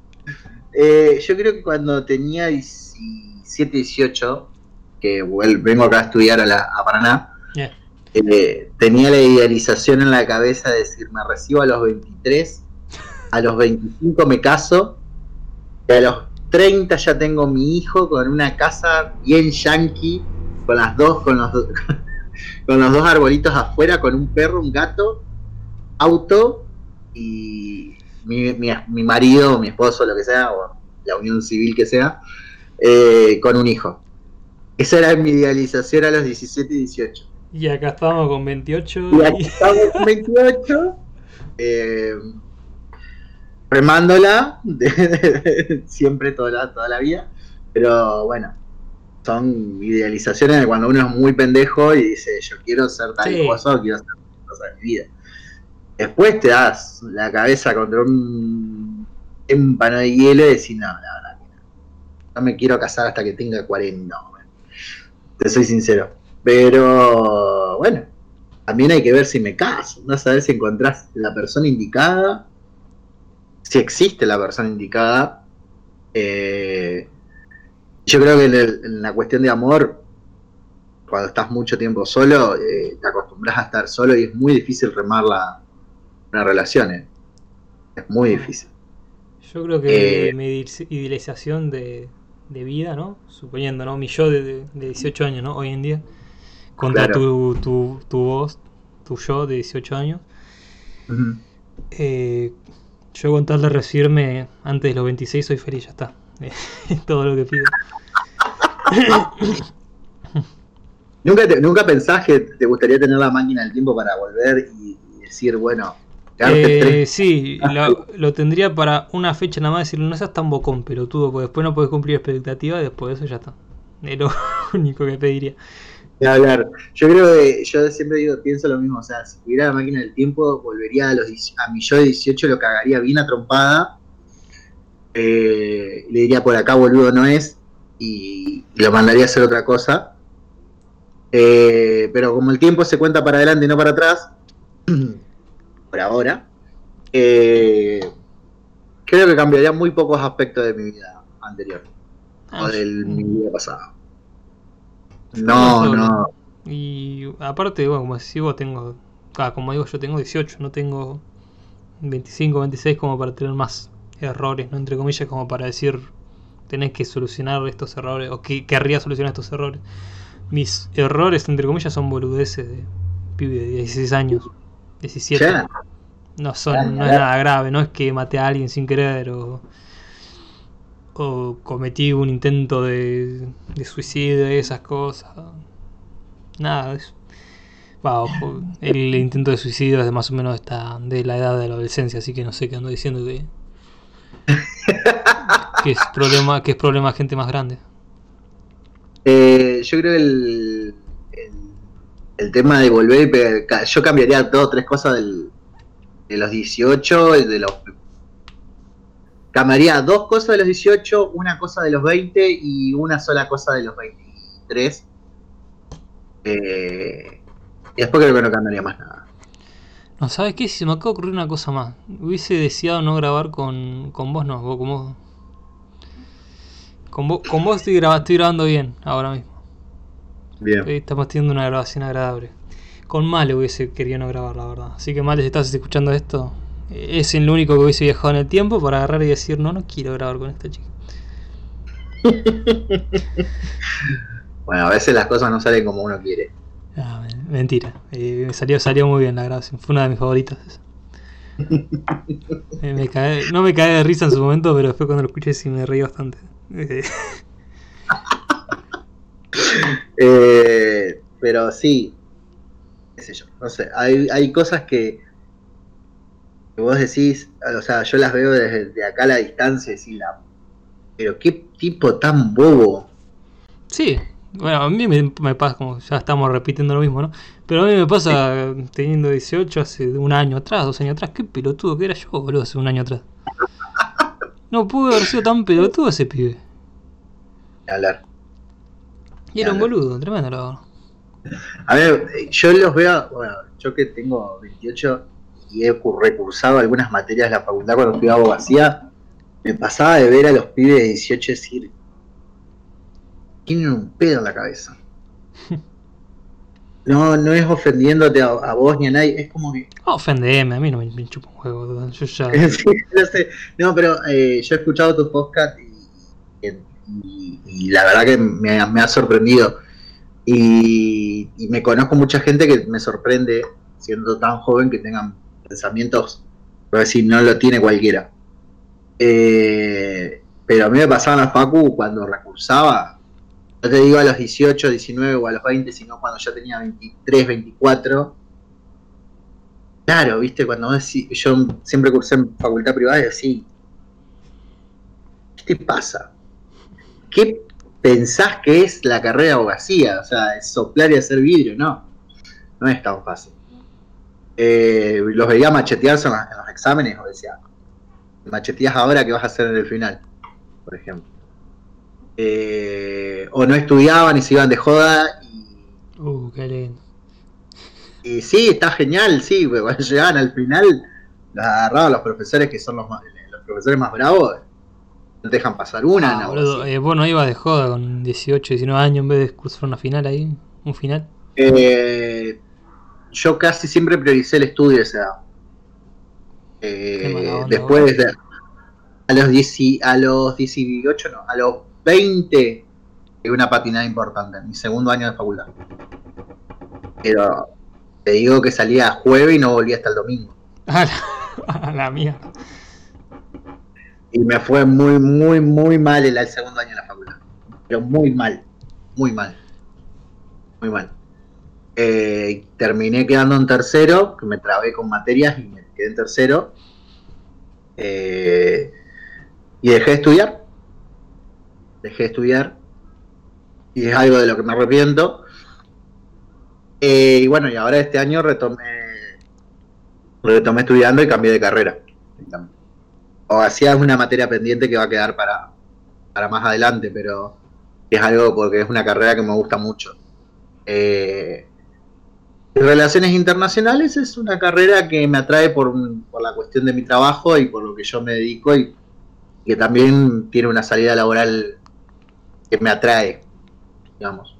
eh, yo creo que cuando tenía diecisiete, dieciocho, que vuel- vengo acá a estudiar a, la, a Paraná, Yeah. eh, tenía la idealización en la cabeza de decir, me recibo a los veintitrés, a los veinticinco me caso, y a los treinta ya tengo mi hijo con una casa bien yankee, con las dos, con los, do- con los dos arbolitos afuera, con un perro, un gato, auto y mi, mi, mi marido, mi esposo, lo que sea, o la unión civil que sea, eh, con un hijo. Esa era mi idealización a los diecisiete y dieciocho. Y acá estamos con veintiocho Y aquí y... estamos con veintiocho, eh, remándola, de, de, de, siempre toda la, toda la vida, pero bueno, son idealizaciones de cuando uno es muy pendejo y dice, yo quiero ser tal Sí, cosa o quiero hacer tal cosa de mi vida. Después te das la cabeza contra un témpano de hielo y decís, no, la verdad, no me quiero casar hasta que tenga cuarenta, no, te soy sincero. Pero bueno, también hay que ver si me caso, no saber si encontrás la persona indicada, si existe la persona indicada. Eh, yo creo que en, el, en la cuestión de amor, cuando estás mucho tiempo solo, eh, te acostumbras a estar solo y es muy difícil remar la, una relación. Eh. Es muy no. difícil. Yo creo Eh, que mi idealización de, de vida, ¿no? Suponiendo, ¿no? Mi yo de, de dieciocho años, ¿no? Hoy en día. Contra claro. tu, tu, tu voz, tu yo de dieciocho años. Uh-huh. Eh, yo con tal de recibirme antes de los veintiséis soy feliz, ya está. Es todo lo que pido. ¿Nunca, te, ¿Nunca pensás que te gustaría tener la máquina del tiempo para volver y, y decir, bueno, quedarte Eh, tres... sí, lo, lo tendría para una fecha nada más, decir, no seas tan bocón, pelotudo, porque después no podés cumplir expectativas y después de eso ya está. Es lo único que pediría. de hablar? Yo creo que yo siempre digo, pienso lo mismo, o sea, si tuviera la máquina del tiempo, volvería a los a mi yo de dieciocho, lo cagaría bien a trompada, eh, le diría por acá boludo no es, y, y lo mandaría a hacer otra cosa. Eh, pero como el tiempo se cuenta para adelante y no para atrás, por ahora, eh, creo que cambiaría muy pocos aspectos de mi vida anterior Ah, o yo, de mi vida pasada. yo no No, solo. no. Y aparte, bueno, como decís vos, tengo. Ah, como digo, yo tengo dieciocho, no tengo veinticinco, veintiséis como para tener más errores, ¿no? Entre comillas, como para decir, tenés que solucionar estos errores, o que querría solucionar estos errores. Mis errores, entre comillas, son boludeces de pibe de dieciséis años, diecisiete. Ya, No ya, son, no es ya. nada grave, no es que maté a alguien sin querer o, o cometí un intento de, de suicidio y esas cosas. Nada de eso. Wow, el intento de suicidio es de más o menos esta, de la edad de la adolescencia, así que no sé qué ando diciendo que, que es problema, que es problema de gente más grande. Eh, yo creo que el, el, el tema de volver, yo cambiaría dos o tres cosas del, de los dieciocho, de los... Cambiaría dos cosas de los dieciocho, una cosa de los veinte y una sola cosa de los veintitrés. Eh, y después creo que no cambiaría más nada. No, ¿sabes qué? Si se me acaba de ocurrir una cosa más. Hubiese deseado no grabar con, con vos, no, vos, con vos. Con vos, con vos estoy, grabando, estoy grabando bien ahora mismo. Bien. Estoy, estamos teniendo una grabación agradable. Con Male hubiese querido no grabar, la verdad. Así que Male, si estás escuchando esto, es el único que hubiese viajado en el tiempo para agarrar y decir, no, no quiero grabar con esta chica. Bueno, a veces las cosas no salen como uno quiere. Ah, mentira. Eh, me salió, salió muy bien la grabación. Fue una de mis favoritas. eh, me cagué, no me cagué de risa en su momento, pero después cuando lo escuché sí me reí bastante. eh, pero sí, qué sé yo, no sé, hay, hay cosas que, que vos decís, o sea, yo las veo desde de acá a la distancia y decís, la, pero qué tipo tan bobo. Sí, bueno, a mí me, me pasa, como ya estamos repitiendo lo mismo, ¿no? Pero a mí me pasa sí. Teniendo dieciocho hace un año atrás, dos años atrás, qué pelotudo que era yo, boludo, hace un año atrás. No pude haber sido tan pelotudo ese pibe. Hablar. Y era un boludo, tremendo, la verdad. A ver, yo los veo, bueno, yo que tengo veintiocho y he recursado algunas materias de la facultad cuando estudiaba abogacía, me pasaba de ver a los pibes de dieciocho y decir, tienen un pedo en la cabeza. No, no es ofendiéndote a, a vos ni a nadie, es como que... Ah, ofendeme, a mí no me, me chupa un juego, yo ya... sí, no sé, no, pero eh, yo he escuchado tus podcasts y, y, y la verdad que me, me ha sorprendido. Y, y me conozco mucha gente que me sorprende, siendo tan joven, que tengan pensamientos, por decir, no lo tiene cualquiera. Eh, pero a mí me pasaba en la facu cuando recursaba, no te digo a los dieciocho, diecinueve o a los veinte, sino cuando ya tenía veintitrés, veinticuatro. Claro, viste, cuando vos decís, yo siempre cursé en facultad privada y decía, ¿qué te pasa? ¿Qué pensás que es la carrera de abogacía? O sea, es soplar y hacer vidrio, no. No es tan fácil. Eh, los veía machetearse en, en los exámenes, o decía, macheteas ahora que vas a hacer en el final, por ejemplo. Eh, o no estudiaban y se iban de joda y... Uh, qué lindo. Y sí, está genial, sí, porque cuando llegaban al final, los agarraban los profesores que son los, más, los profesores más bravos, no te dejan pasar una. Ah, boludo, eh, vos no ibas de joda con dieciocho, diecinueve años en vez de cursar una final ahí, un final. Eh, yo casi siempre prioricé el estudio de esa edad. Eh, onda, después de, a los diez, a los dieciocho no, a los veinte hay una patinada importante, mi segundo año de facultad. Pero te digo que salía jueves y no volvía hasta el domingo. A la, a la mía. Y me fue muy, muy, muy mal el, el segundo año de la facultad. Pero muy mal, muy mal. Muy mal. Eh, terminé quedando en tercero, que me trabé con materias y me quedé en tercero. Eh, y dejé de estudiar. Dejé de estudiar. Y es algo de lo que me arrepiento. Eh, y bueno, y ahora este año retomé, retomé estudiando y cambié de carrera. O hacía una materia pendiente que va a quedar para, para más adelante, pero es algo porque es una carrera que me gusta mucho. Eh, Relaciones internacionales es una carrera que me atrae por, por la cuestión de mi trabajo y por lo que yo me dedico y que también tiene una salida laboral que me atrae, digamos.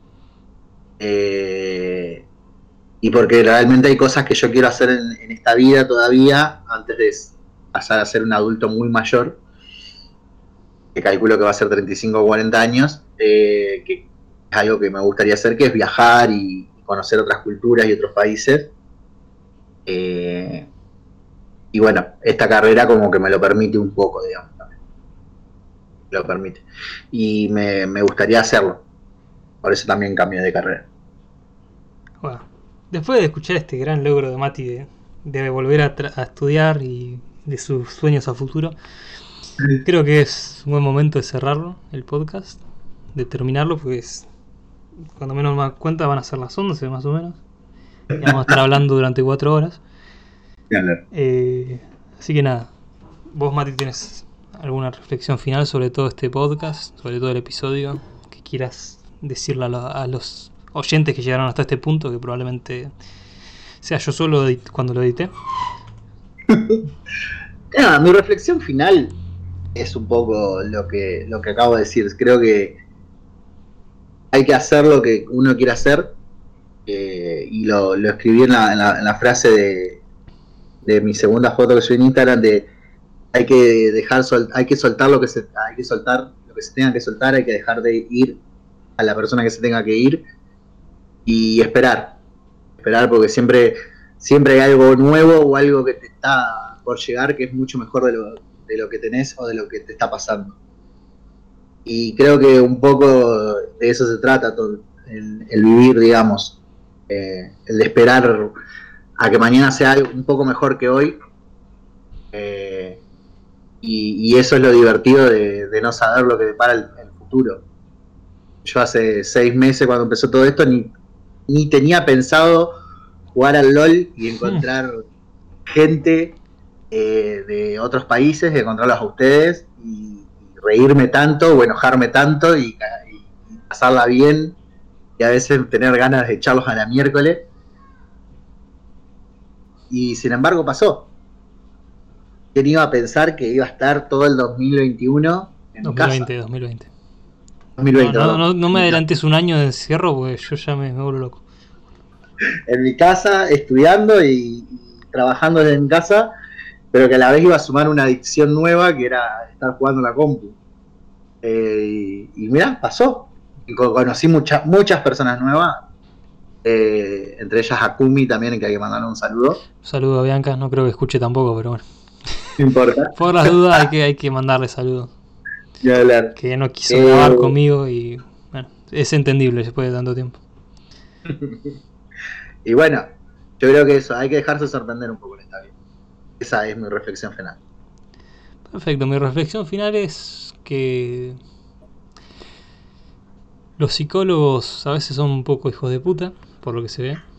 Eh, y porque realmente hay cosas que yo quiero hacer en, en esta vida todavía antes de pasar a ser un adulto muy mayor, que calculo que va a ser treinta y cinco o cuarenta años, eh, que es algo que me gustaría hacer, que es viajar y conocer otras culturas y otros países. Eh, y bueno, esta carrera como que me lo permite un poco, digamos, también. Me lo permite. Y me, me gustaría hacerlo. Por eso también cambié de carrera. Bueno, después de escuchar este gran logro de Mati de, de volver a, a estudiar y de sus sueños a futuro, creo que es un buen momento de cerrarlo, el podcast, de terminarlo, pues cuando menos me cuenta van a ser las once más o menos. Y vamos a estar hablando durante cuatro horas. Eh, así que nada, vos Mati tenés alguna reflexión final sobre todo este podcast, sobre todo el episodio, que quieras decirle a, lo, a los oyentes que llegaron hasta este punto, que probablemente sea yo solo cuando lo edité. Nada, mi reflexión final es un poco lo que, lo que acabo de decir. Creo que hay que hacer lo que uno quiere hacer, eh, y lo, lo escribí en la, en, la, en la frase de, de mi segunda foto que subí en Instagram, de hay que dejar sol, hay que soltar lo que se hay que soltar lo que se tenga que soltar, hay que dejar de ir a la persona que se tenga que ir y esperar, esperar porque siempre siempre hay algo nuevo o algo que te está por llegar que es mucho mejor de lo, de lo que tenés o de lo que te está pasando. Y creo que un poco de eso se trata todo, el, el vivir, digamos, eh, el de esperar a que mañana sea un poco mejor que hoy. Eh, y, y eso es lo divertido de, de no saber lo que depara el, el futuro. Yo hace seis meses cuando empezó todo esto ni, ni tenía pensado jugar al LOL y encontrar mm. gente eh, de otros países, de encontrarlos a ustedes y, y reírme tanto o enojarme tanto y, y, y pasarla bien y a veces tener ganas de echarlos a la miércoles. Y sin embargo pasó. ¿Quién iba a pensar que iba a estar todo el dos mil veintiuno en dos mil veinte, casa? dos mil veinte. dos mil veinte, no, no, no, no me adelantes un año de encierro porque yo ya me, me vuelvo loco. En mi casa, estudiando y, y trabajando desde mi casa, pero que a la vez iba a sumar una adicción nueva que era estar jugando en la compu. Eh, y, y mirá, pasó. Y conocí mucha, muchas personas nuevas, eh, entre ellas a Kumi también, que hay que mandarle un saludo. Un saludo a Bianca, no creo que escuche tampoco, pero bueno. No importa. Por las dudas hay que, hay que mandarle saludos. Hablar. Que no quiso eh... grabar conmigo y bueno, es entendible después de tanto tiempo. Y bueno, yo creo que eso, hay que dejarse sorprender un poco en esta vida. Esa es mi reflexión final. Perfecto, mi reflexión final es que los psicólogos a veces son un poco hijos de puta, por lo que se ve.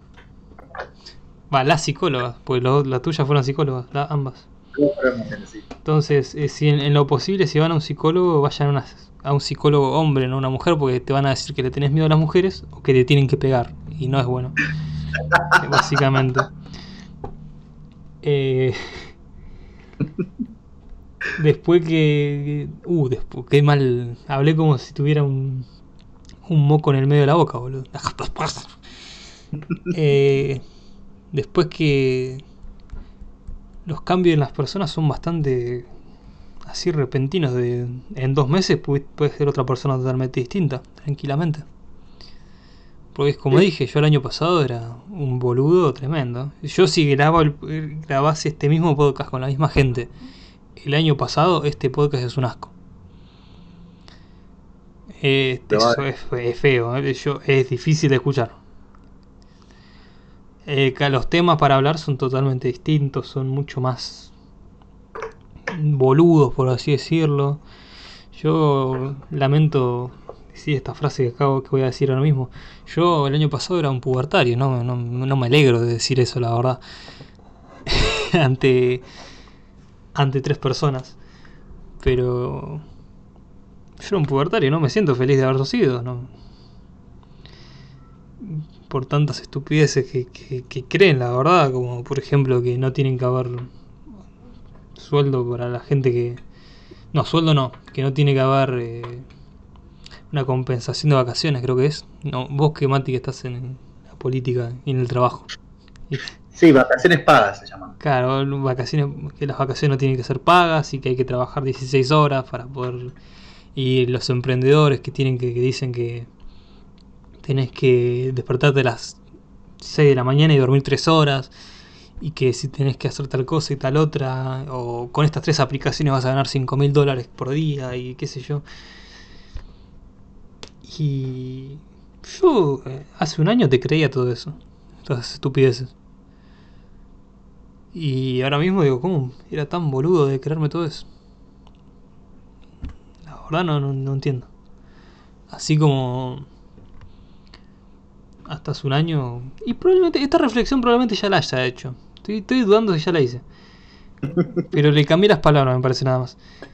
Va, las psicólogas, pues lo, las tuyas fueron psicólogas, la, ambas. Entonces, eh, si en, en lo posible, si van a un psicólogo, vayan a, una, a un psicólogo hombre, no una mujer, porque te van a decir que le tenés miedo a las mujeres o que te tienen que pegar, y no es bueno. Básicamente. Eh, después que... Uh, después, qué mal... Hablé como si tuviera un, un moco en el medio de la boca, boludo. Eh, después que... Los cambios en las personas son bastante así repentinos. De, en dos meses puede, puede ser otra persona totalmente distinta, tranquilamente. Porque como sí. dije, yo el año pasado era un boludo tremendo. Yo si grabo el, grabase este mismo podcast con la misma gente el año pasado, este podcast es un asco. Este, eso es, es feo, ¿eh? Yo, es difícil de escuchar. Eh, los temas para hablar son totalmente distintos, son mucho más boludos, por así decirlo. Yo lamento decir esta frase que acabo que voy a decir ahora mismo. Yo el año pasado era un pubertario, no, no, no me alegro de decir eso, la verdad. ante ante tres personas. Pero yo era un pubertario, no me siento feliz de haberlo sido, no. Por tantas estupideces que, que, que creen, la verdad, como por ejemplo que no tienen que haber sueldo para la gente que... No, sueldo no, que no tiene que haber eh, una compensación de vacaciones, creo que es. No, vos que Mati que estás en la política y en el trabajo. Sí, vacaciones pagas se llaman. Claro, vacaciones, que las vacaciones no tienen que ser pagas y que hay que trabajar dieciséis horas para poder... Y los emprendedores que tienen que, que dicen que tenés que despertarte a las seis de la mañana y dormir tres horas, y que si tenés que hacer tal cosa y tal otra, o con estas tres aplicaciones vas a ganar cinco mil dólares por día y qué sé yo. Y yo eh, hace un año te creía todo eso, todas esas estupideces. Y ahora mismo digo, ¿cómo era tan boludo de creerme todo eso? La verdad no, no, no entiendo. Así como... hasta hace un año, y probablemente esta reflexión probablemente ya la haya hecho, Estoy, estoy dudando si ya la hice. Pero le cambié las palabras, me parece nada más.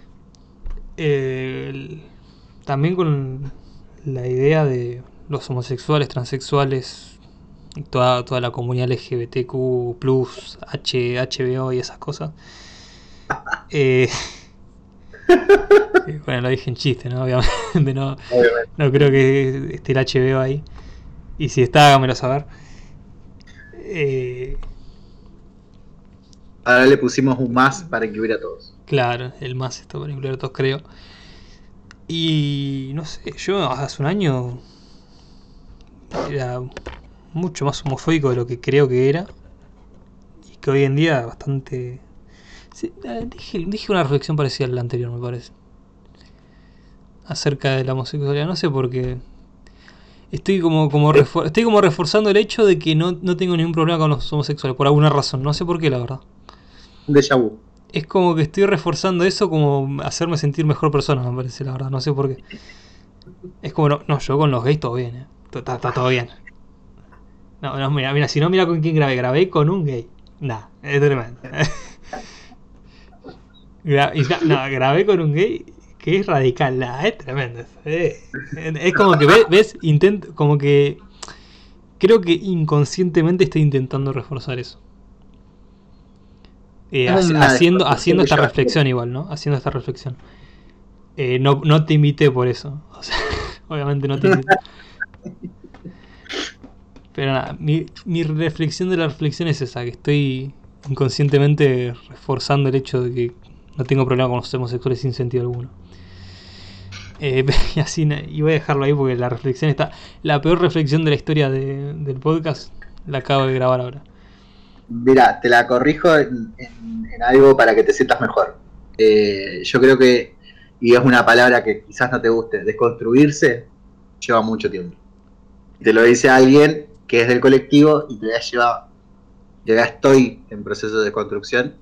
Eh, el- también con la idea de los homosexuales, transexuales, y toda, toda la comunidad L G B T Q plus, H, H B O y esas cosas. Eh, eh, bueno, lo dije en chiste, ¿no? Obviamente no, Obviamente. no creo que esté el H B O ahí. Y si está, hágamelo saber. Eh, Ahora le pusimos un más para incluir a todos. claro, el más esto para incluir a todos, creo. Y no sé, yo hace un año era mucho más homofóbico de lo que creo que era. Y que hoy en día bastante... Sí, eh, dije, dije una reflexión parecida a la anterior, me parece. Acerca de la homosexualidad. No sé por qué. Estoy como, como, refor- estoy como reforzando el hecho de que no, no tengo ningún problema con los homosexuales. Por alguna razón. No sé por qué, la verdad. Un déjà vu. Es como que estoy reforzando eso como hacerme sentir mejor persona, me parece, la verdad. No sé por qué. Es como, no, no yo con los gays todo bien, eh. Está, está todo bien. No, no, mira, mira, si no, mira con quién grabé. Grabé con un gay. Nah, es tremendo. Gra- y ya- no, grabé con un gay que es radical. Nah, es tremendo. eso, eh. Es como que ves, ves intento, como que creo que inconscientemente estoy intentando reforzar eso. Eh, Es haci- una haciendo, desconstrucción haciendo que esta lleva reflexión tiempo. igual, ¿no? Haciendo esta reflexión. Eh, no, no te invité por eso. O sea, obviamente no te invité. Pero nada, mi, mi reflexión de la reflexión es esa, que estoy inconscientemente reforzando el hecho de que no tengo problema con los homosexuales sin sentido alguno. Eh, y así, na- y voy a dejarlo ahí porque la reflexión está... La peor reflexión de la historia de- del podcast la acabo de grabar ahora. Mira, te la corrijo en, en- en algo para que te sientas mejor. Eh, yo creo que, y es una palabra que quizás no te guste, desconstruirse lleva mucho tiempo. Te lo dice alguien que es del colectivo y todavía lleva, todavía estoy en proceso de desconstrucción.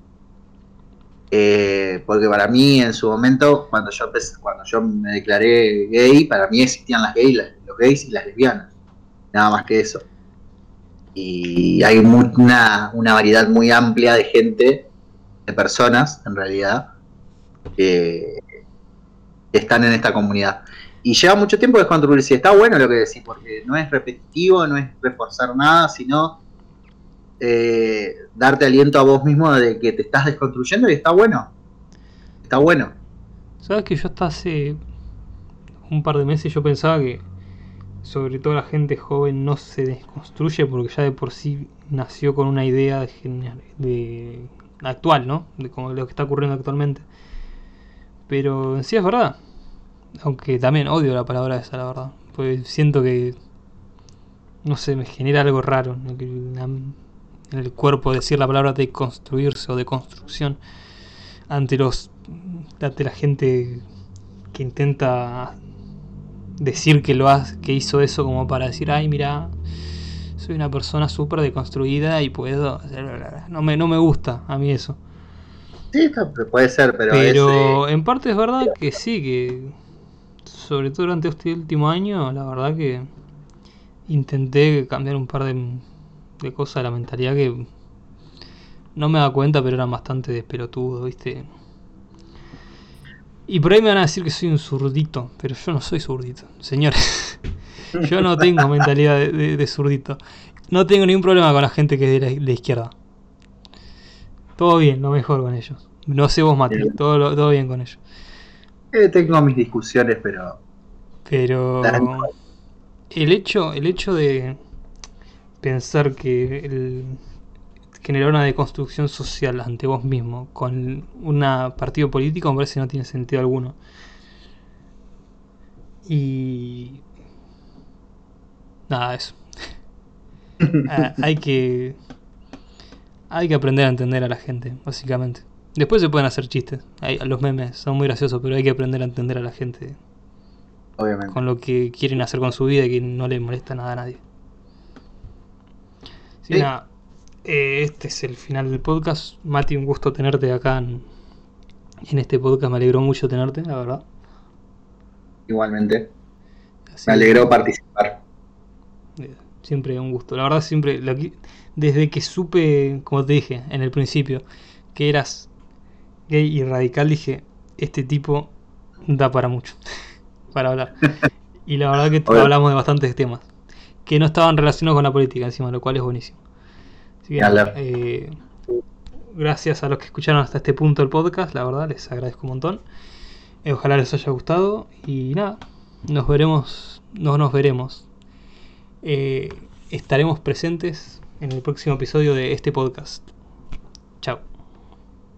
Eh, porque para mí en su momento, cuando yo empecé, cuando yo me declaré gay, para mí existían las gays, las- los gays y las lesbianas. Nada más que eso. Y hay mu- una, una variedad muy amplia de gente, de personas en realidad, que están en esta comunidad. Y lleva mucho tiempo desconstruirse. Está bueno lo que decís, porque no es repetitivo, no es reforzar nada, sino eh, darte aliento a vos mismo de que te estás desconstruyendo y está bueno. Está bueno. ¿Sabes que yo hasta hace un par de meses yo pensaba que sobre todo la gente joven no se desconstruye porque ya de por sí nació con una idea de, gener- de actual, ¿no? De como lo que está ocurriendo actualmente. Pero en sí es verdad. Aunque también odio la palabra esa, la verdad. Pues siento que, no sé, me genera algo raro en el, en el cuerpo decir la palabra de construirse o de construcción ante los ante la gente que intenta decir que lo ha, que hizo eso como para decir, ay, mira, soy una persona súper deconstruida y puedo hacer bla, bla, bla". No me, no me gusta a mí eso. Sí, está- puede ser, pero es... eh, Pero en parte es verdad que sí, que sobre todo durante este último año, la verdad que intenté cambiar un par de, de cosas de la mentalidad que no me daba cuenta, pero eran bastante despelotudos, ¿viste? Y por ahí me van a decir que soy un zurdito, pero yo no soy zurdito, señores. Yo no tengo mentalidad de, de, de zurdito. No tengo ningún problema con la gente que es de la, de izquierda. Todo bien, lo mejor con ellos. No sé vos, Mati, todo, lo- todo bien con ellos. eh, tengo mis discusiones, pero... Pero el hecho, el hecho de pensar que el generar una deconstrucción social ante vos mismo con un partido político me parece que no tiene sentido alguno. Y nada, eso. Ah, hay que hay que aprender a entender a la gente, básicamente. Después se pueden hacer chistes. Hay, los memes son muy graciosos, pero hay que aprender a entender a la gente con Obviamente. lo que quieren hacer con su vida y que no le molesta nada a nadie. Sí, Sí, nada. Eh, este es el final del podcast. Mati, un gusto tenerte acá en, en este podcast. Me alegró mucho tenerte, la verdad. igualmente. Así Me que alegró nada. participar. eh, Siempre un gusto. La verdad, siempre, lo que- desde que supe, como te dije en el principio, que eras gay y radical, dije, este tipo da para mucho, para hablar. Y la verdad que t- Obvio, hablamos de bastantes temas, que no estaban relacionados con la política encima, lo cual es buenísimo. Así que ni nada, hablar. eh, gracias a los que escucharon hasta este punto el podcast, la verdad, les agradezco un montón. Eh, ojalá les haya gustado y nada, nos veremos, no nos veremos. Eh, estaremos presentes en el próximo episodio de este podcast.